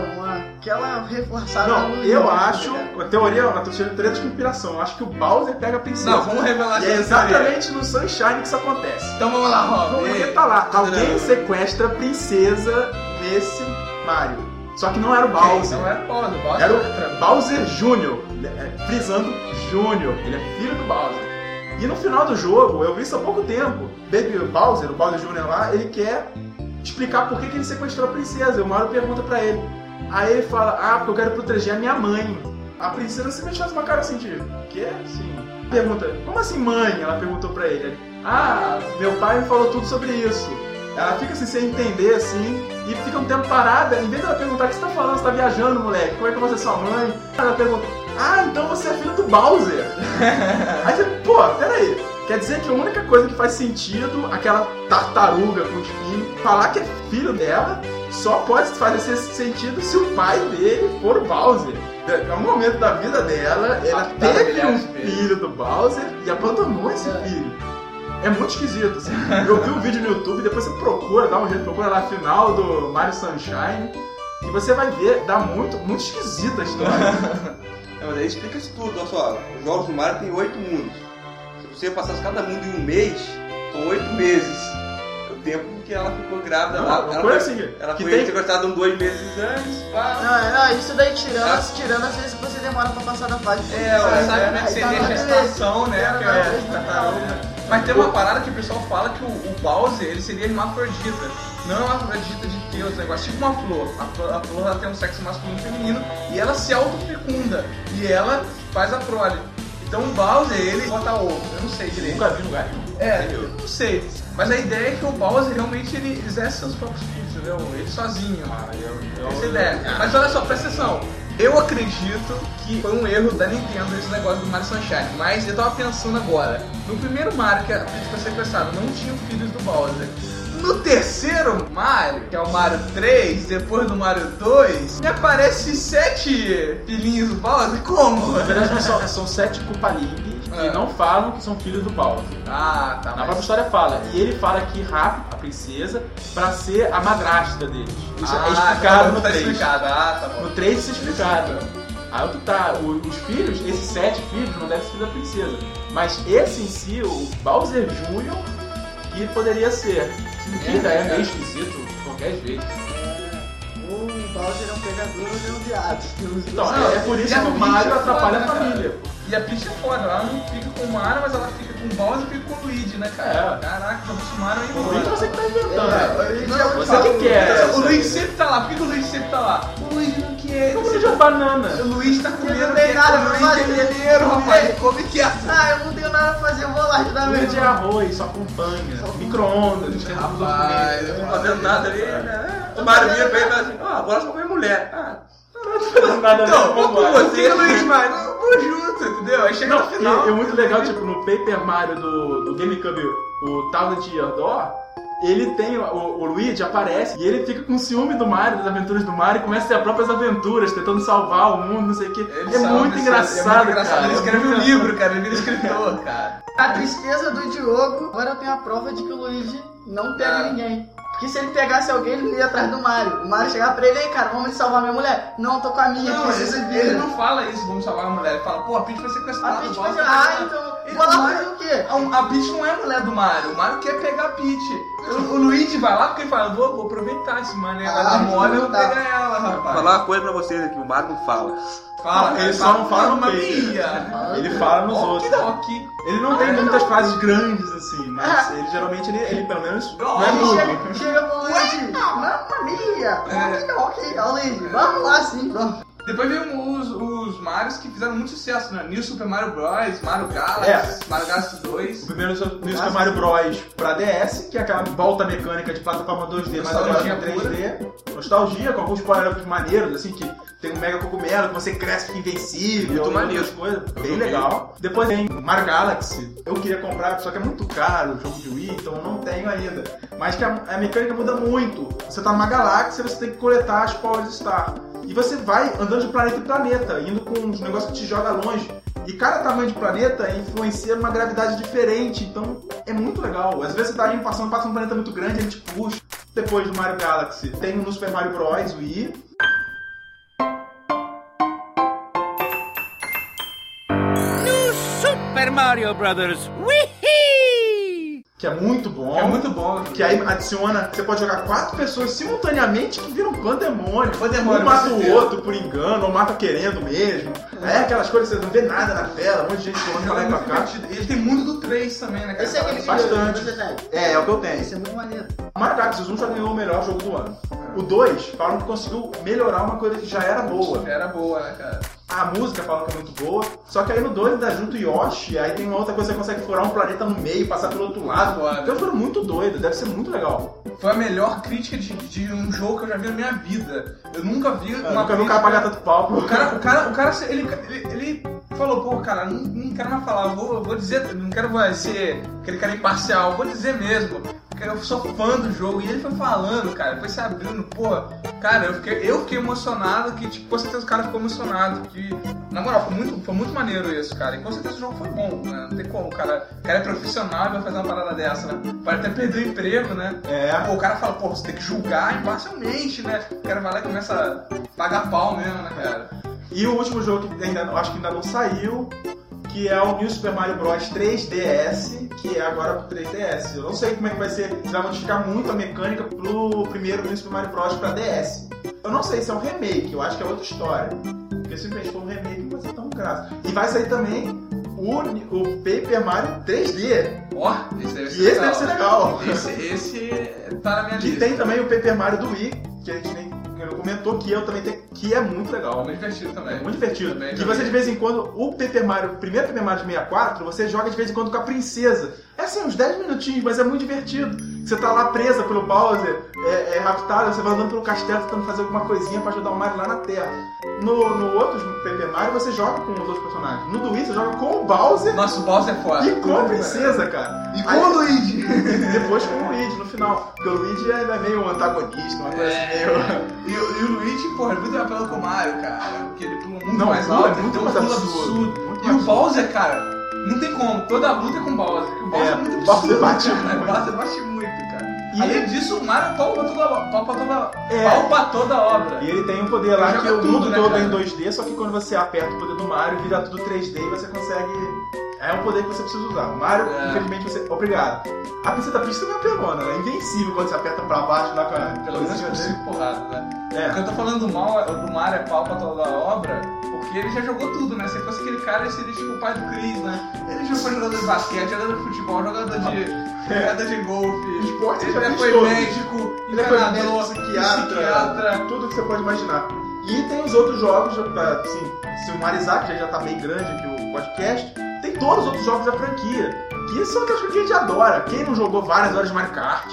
aquela reforçada Não, no eu Luigi, acho, né? a teoria, uma teoria de conspiração, eu acho que o Bowser pega a princesa. Não, vamos revelar E é essa teoria. exatamente no Sunshine que isso acontece. Então vamos lá, Rob. Porque tá lá, alguém sequestra a princesa nesse Mario. Só que não era o Bowser. Não era o Bowser, o Bowser Era outra. o Bowser Jr., frisando Júnior, ele é filho do Bowser. E no final do jogo, eu vi isso há pouco tempo, o Bowser Jr. lá, ele quer explicar por que ele sequestrou a princesa. E o Mario pergunta pra ele. Aí ele fala, porque eu quero proteger a minha mãe. A princesa simplesmente faz uma cara assim de, quê? Sim. Pergunta, como assim mãe? Ela perguntou pra ele. Meu pai me falou tudo sobre isso. ela fica assim, sem entender, assim, e fica um tempo parada, em vez dela perguntar o que você tá falando, você tá viajando, moleque, como é que você é sua mãe? Ela pergunta, então você é filho do Bowser. Aí você, pô, peraí, quer dizer que a única coisa que faz sentido, aquela tartaruga com espinho, falar que é filho dela, só pode fazer sentido se o pai dele for o Bowser. É um momento da vida dela, ela teve um filho do Bowser e abandonou esse filho. É muito esquisito, assim. Eu vi um vídeo no YouTube, depois você procura, dá um jeito, procura lá final do Mario Sunshine, e você vai ver, dá muito esquisita a história. Mas aí explica isso tudo, olha só, os jogos do Mario tem 8 mundos. Se você passasse cada mundo em um mês, são 8 meses. É o tempo que ela ficou grávida lá. Ela foi sequestrada 2 meses antes. Não, isso daí tirando às vezes você demora pra passar da fase. Sabe como é que seria a gestação, né? Mas tem uma parada que o pessoal fala que o Bowser, ele seria hermafrodita. Não é uma hermafrodita de ter os negócios, tipo uma flor. A flor ela tem um sexo masculino e feminino e ela se autofecunda. E ela faz a prole. Então o Bowser, ele bota ovo. Eu não sei direito. Nunca vi lugar. Eu não sei. Mas a ideia é que o Bowser realmente ele exerce seus próprios filhos, entendeu? Ele sozinho. Essa é a ideia. Mas olha só, presta atenção. Eu acredito que foi um erro da Nintendo esse negócio do Mario Sunshine, mas eu tava pensando agora, no primeiro Mario que a Peach foi sequestrada, não tinham filhos do Bowser. No terceiro Mario, que é o Mario 3, depois do Mario 2, me aparece 7 filhinhos do Bowser, como? Na verdade são 7 Koopalings que não falam que são filhos do Bowser. Tá. Na própria história fala, e ele fala que rapta a princesa pra ser a madrasta deles. Isso é explicado no 3. Tá bom. No 3 isso é explicado. Aí o que tá, os filhos, esses 7 filhos não devem ser da princesa. Mas esse em si, o Bowser Jr., que poderia ser. Que ainda é meio esquisito de qualquer jeito. O Bowser é um pegador ou é um viado. Então, é por isso que o Mario atrapalha a família. E a Peach é foda, ela não fica com o Mario, mas ela fica com o Bowser e fica com o Luigi, né, cara? Caraca, o Mario é O Luigi você que tá inventando. Você que quer. O Luigi sempre tá lá, por que o Luigi sempre tá lá? O Luigi não quer. O Luigi é uma banana. O Luigi tá comendo. não tem nada pra fazer. Mineiro, rapaz. Come quieto. Eu não tenho nada pra fazer, eu vou lá ajudar O meu Luigi é irmão. arroz, só acompanha. Micro-ondas, Rapaz, Não tô fazendo nada ali, né? O Mario vira pra ele e fala assim, agora só foi mulher. Não tô fazendo nada Então, mesmo. com você, Luigi, mas não vou junto, entendeu? Aí chega no final. É muito legal, tipo, no Paper Mario do GameCube, o Thousand Year Door, ele tem, o Luigi aparece e ele fica com ciúme do Mario, das aventuras do Mario, e começa a ter as próprias aventuras, tentando salvar o mundo, não sei o que. É muito engraçado, cara. Ele escreve um livro, cara, ele vira escritor, cara. A tristeza do Diogo, agora eu tenho a prova de que o Luigi não pega ninguém. Porque se ele pegasse alguém, ele ia atrás do Mario. O Mario chegava pra ele, ei, cara, vamos salvar minha mulher. Não, tô com a minha, Não, precisa vir. ele não fala isso, vamos salvar a mulher. Ele fala, pô, a Peach foi sequestrada. A Peach bota vai ela. então, Ele vou lá não é- fazer o quê? A Peach não é mulher do Mario. O Mario quer pegar a Peach. O Luigi vai lá porque ele fala, vou aproveitar esse mané, vai dar mole, eu vou pegar ela, Vou rapaz. falar uma coisa pra vocês aqui, o Mario não fala. Fala, Ele só não fala no Mamma Paper. Mia. Ele fala nos outros. Okidoki. Ele não tem muitas frases grandes assim, mas ele geralmente, ele pelo menos não é mudo. Chega pro Luigi, mamma mia, ok, Luigi, vamos lá sim, pronto. Depois veio os Marios que fizeram muito sucesso, né? New Super Mario Bros, Mario Galaxy, Mario Galaxy 2. O primeiro New Super Mario Bros pra DS, que é aquela volta mecânica de plataforma 2D, mas agora Nostalgia em 3D. Nostalgia, com alguns power-ups maneiros, assim, que tem um mega cogumelo, que você cresce, fica invencível. Muito e maneiro. outras coisas. Bem legal. Depois tem Mario Galaxy. Eu queria comprar, só que é muito caro o jogo de Wii, então eu não tenho ainda. Mas que a mecânica muda muito. Você tá numa galáxia, você tem que coletar as Power Star. E você vai andando de planeta em planeta, indo com uns negócios que te jogam longe. E cada tamanho de planeta influencia numa gravidade diferente, então é muito legal. Às vezes você tá indo, passa um planeta muito grande, ele te puxa. Depois do Mario Galaxy, tem no Super Mario Bros. Wii. New Super Mario Brothers. Whee! Que é muito bom. É muito bom. Que aí adiciona, você pode jogar 4 pessoas simultaneamente que viram pandemônio. Pandemônio, Um mata com o certeza. outro por engano, ou mata querendo mesmo. É aquelas coisas que você não vê nada na tela, um monte de gente correndo pra lá e pra cá. Ele tem mundo do 3 também, né, cara? Esse é aquele Bastante. que você tem. É o que eu tenho. Esse é muito maneiro. O Mario Galaxy 1 já ganhou o melhor jogo do ano. O 2 falam que conseguiu melhorar uma coisa que já era boa. Era boa, né, cara? A música fala que é muito boa, só que aí no 2 dá junto Yoshi, aí tem uma outra coisa que você consegue furar um planeta no meio, passar pelo outro lado. Então foi muito doido, deve ser muito legal. Foi a melhor crítica de um jogo que eu já vi na minha vida. Eu nunca vi uma nunca vi um cara pagar tanto pau. O cara ele falou, pô, cara, não quero mais falar, vou dizer, não quero ser aquele cara imparcial, vou dizer mesmo. Eu sou fã do jogo, e ele foi falando, cara, foi se abrindo, pô, cara, eu fiquei emocionado, que tipo, com certeza o cara ficou emocionado, que, na moral, foi muito maneiro isso, cara, e com certeza o jogo foi bom, né, não tem como, o cara é profissional e vai fazer uma parada dessa, né, pode até perder o emprego, né, pô, o cara fala, pô, você tem que julgar imparcialmente, né, o cara vai lá e começa a pagar pau mesmo, né, cara. E o último jogo que acho que ainda não saiu, que é o New Super Mario Bros 3DS, que é agora pro 3DS. Eu não sei como é que vai ser, se vai modificar muito a mecânica pro primeiro New Super Mario Bros pra DS. Eu não sei se é um remake, eu acho que é outra história. Porque simplesmente for um remake não vai ser tão graça. E vai sair também o Paper Mario 3D. Ó, esse deve ser legal. Esse tá na minha lista. E tem também o Paper Mario do Wii, que a gente nem comentou, que eu também tenho, que é muito legal. É muito divertido também. É muito divertido. Também, que você de vez em quando, o Paper Mario, o primeiro Paper Mario de 64, você joga de vez em quando com a princesa. É assim, uns 10 minutinhos, mas é muito divertido. Você tá lá presa pelo Bowser, raptada, você vai andando pelo castelo tentando fazer alguma coisinha pra ajudar o Mario lá na Terra. No outro Paper Mario, você joga com os outros personagens. No do Wii, você joga com o Bowser. Nossa, o Bowser é foda. E com a princesa, cara. E com o Luigi. Depois com o Luigi, no final. Porque o Luigi ainda é meio um antagonista, uma coisa assim meio... E o Luigi, porra, é muito mais apelão que o Mario, cara. Porque ele pula muito Não, mais pula, alto, é muito tem um mais pulo absurdo. E o Bowser, cara, não tem como. Toda a luta é com o Bowser. Porque o Bowser é muito absurdo. Bowser bate cara. muito. O Bowser bate muito, cara. E além disso, o Mario palpa toda a obra. E ele tem um poder lá que o tudo, mundo né, todo cara? é em 2D, só que quando você aperta o poder do Mario, vira tudo 3D e você consegue... É um poder que você precisa usar. O Mario, infelizmente, você... Obrigado. A princesa Peach também é pelona, ela é invencível quando você aperta pra baixo lá com a... Pelo menos por 5 porradas, né? O que eu tô falando do Mario é palpa toda a obra, porque ele já jogou tudo, né? Se fosse aquele cara, ele seria tipo o pai do Chris, né? Ele já foi jogador de basquete, jogador de futebol, jogador de golfe. Esporte ele já já fez foi todos. médico, Ele foi encanador, médico, psiquiatra, tudo que você pode imaginar. E tem os outros jogos, assim, se o Mario Isaac já tá bem grande aqui o podcast, tem todos os outros jogos da franquia. Que são aquelas que a gente adora. Quem não jogou várias horas de Mario Kart?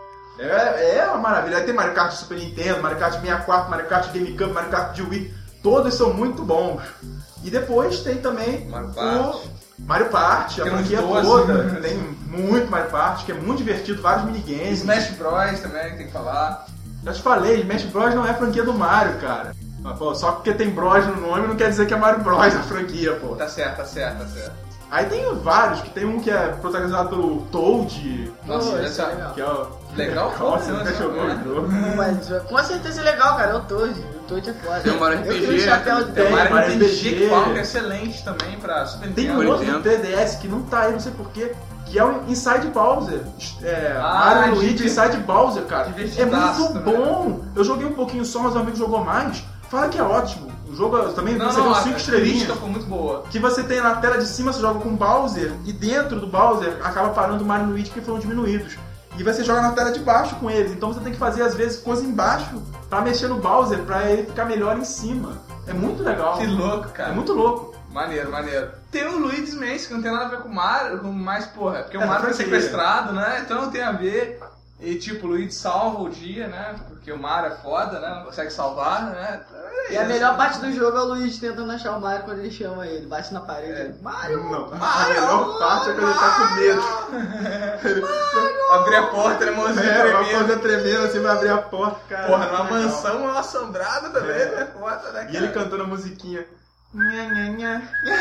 É uma maravilha. Aí tem Mario Kart de Super Nintendo, Mario Kart de 64, Mario Kart de GameCube, Mario Kart de Wii. Todos são muito bons. E depois tem também o Mario Party, a franquia toda. Tem muito Mario Party, que é muito divertido, vários minigames. Smash Bros também, tem que falar. Já te falei, Smash Bros não é a franquia do Mario, cara. Pô, só porque tem Bros no nome não quer dizer que é Mario Bros a franquia, pô. Tá certo. Aí tem vários, que tem um que é protagonizado pelo Toad. Nossa, esse é legal. Que é o... Legal, Você nunca jogou o jogo. Mas com certeza é legal, cara. É o Toad. O Toad é foda. Tem o Mario Eu queria RPG, o chapéu né? dele. Tem Mario Mario RPG que RPG. falam que é excelente também pra Super Tem Nintendo. um outro do 3DS que não tá aí, não sei porquê, que é o Inside Bowser. Mario Luigi Inside Bowser, cara. É Divertidaço muito também. bom. Eu joguei um pouquinho só, mas o amigo jogou mais. Fala que é ótimo. O jogo também Não, recebeu a 5 estrelinhas. crítica foi muito boa. Que você tem na tela de cima, você joga com o Bowser, e dentro do Bowser acaba parando o Mario e o Luigi que foram diminuídos. E você joga na tela de baixo com eles, então você tem que fazer às vezes coisa embaixo pra mexer no Bowser, pra ele ficar melhor em cima. É muito legal. Que louco, cara. É muito louco. Maneiro. Tem o Luigi's Mansion, que não tem nada a ver com o Mario, mas, porra, porque o É, Mario foi franquia. sequestrado, né? Então não tem a ver. E, tipo, o Luigi salva o dia, né? Porque o Mario é foda, né? Não consegue salvar, né? E a melhor parte do jogo é o Luigi tentando achar o Mario quando ele chama ele. Bate na parede. Mario! Não, a melhor parte é quando ele tá com medo. Abrir a porta, né? Mãozinha Uma tremendo. coisa tremendo assim, vai abrir a porta, cara. Porra, numa Legal. mansão mal assombrada também, né? Foda, né, cara? E ele cantando a musiquinha. Nha, nha, nha.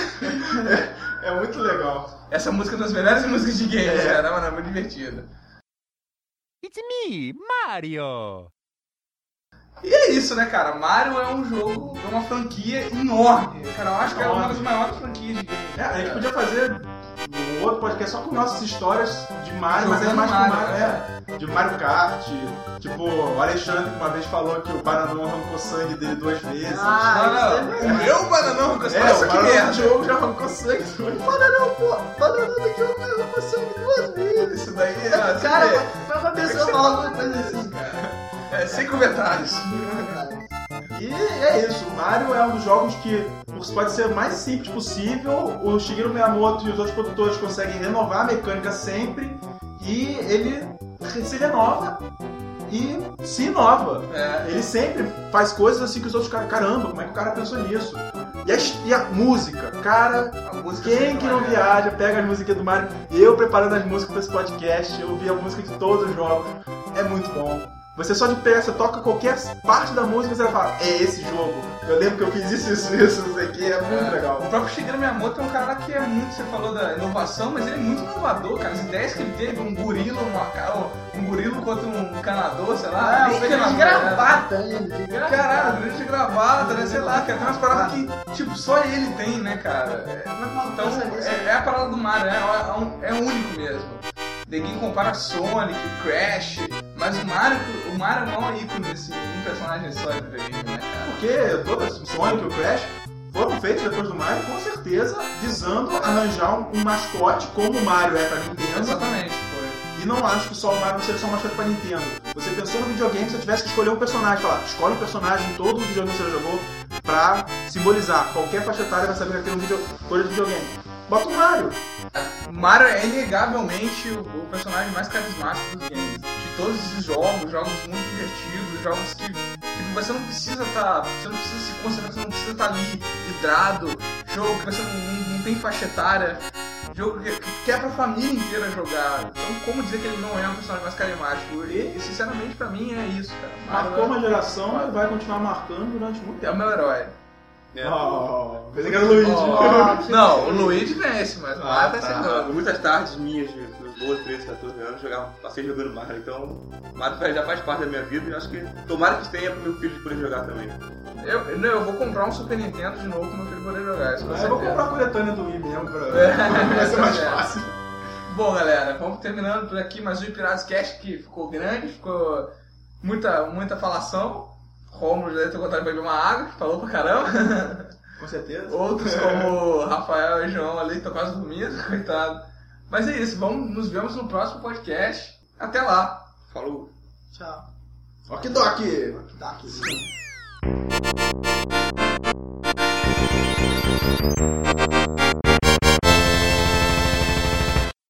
É muito legal. Essa música é uma das melhores músicas de games, cara. Mano, é muito divertida. It's me, Mario! E é isso, né, cara? Mario é um jogo, é uma franquia enorme. Cara, eu acho que é uma das maiores franquias de games. A gente podia fazer um outro podcast só com nossas histórias de Mario, mas é Jogando mais com Mario, Mario, né? de Mario Kart. Tipo, o Alexandre uma vez falou que o Bananão arrancou sangue dele 2 vezes. Não, o meu bananão com o essa que Bananão merda. do jogo já arrancou sangue 2 vezes. Bananão, pô! Bananão do jogo arrancou sangue 2 vezes! Isso daí é. Cara, assim, foi uma pessoa falar alguma coisa assim. sem comentários. E é isso, o Mario é um dos jogos que pode ser o mais simples possível, o Shigeru Miyamoto e os outros produtores conseguem renovar a mecânica sempre, e ele se renova e se inova. Ele sempre faz coisas assim que os outros caras, caramba, como é que o cara pensou nisso? E a música, cara, quem que não viaja, pega as músicas do Mario. Eu preparando as músicas para esse podcast, eu ouvi a música de todos os jogos, é muito bom. Você só de peça, toca qualquer parte da música e você vai falar, é esse jogo. Eu lembro que eu fiz isso, não sei o que, é muito legal. O próprio Shigeru Miyamoto é um cara que é muito, você falou da inovação, mas ele é muito inovador, cara. As ideias que ele teve, um gorila contra um canador, sei lá. Um gorila de gravata ainda. Caralho, gorila de gravata, né? Sei lá, que é umas paradas que, tipo, só ele tem, né, cara? Então, é a parada do Mario, é único mesmo. Ninguém compara Sonic, Crash, mas o Mario é o maior ícone desse personagem só de videogame, né, cara? Porque todas o Sonic e o Crash foram feitos depois do Mario, com certeza, visando arranjar um mascote como o Mario é pra Nintendo. Exatamente, foi. E não acho que só o Mario seja só um mascote pra Nintendo. Você pensou no videogame, se você tivesse que escolher um personagem, falar, escolhe um personagem em todo o videogame que você jogou pra simbolizar. Qualquer faixa etária vai saber que aquele coisa de videogame. Bota o Mario. Mario é inegavelmente o personagem mais carismático dos games. De todos esses jogos muito divertidos, jogos que você não precisa se concentrar, você não precisa estar ali vidrado, jogo que você não tem faixa etária, jogo que é pra família inteira jogar. Então, como dizer que ele não é um personagem mais carismático? E sinceramente, pra mim, é isso, cara. Marcou uma geração e vai continuar marcando durante muito tempo. É o meu herói. Pensei que era o Luigi. Não, o Luigi vence, mas o Mario tá chegando. Muitas tardes minhas, dos 12, 13, 14 anos, passei jogando Mario. Então, Mario já faz parte da minha vida e acho que tomara que tenha pro meu filho poder jogar também. Eu vou comprar um Super Nintendo de novo pro meu filho poder jogar. Eu vou comprar a coletânea do Wii mesmo vai ser mais fácil. Bom, galera, vamos terminando por aqui mais um Piratas Cast que ficou grande, ficou muita falação. Romulo já deve ter vontade de beber uma água, falou pra caramba. Com certeza. Outros como Rafael e João ali estão quase dormindo, coitado. Mas é isso, nos vemos no próximo podcast. Até lá. Falou. Tchau. Okidoki.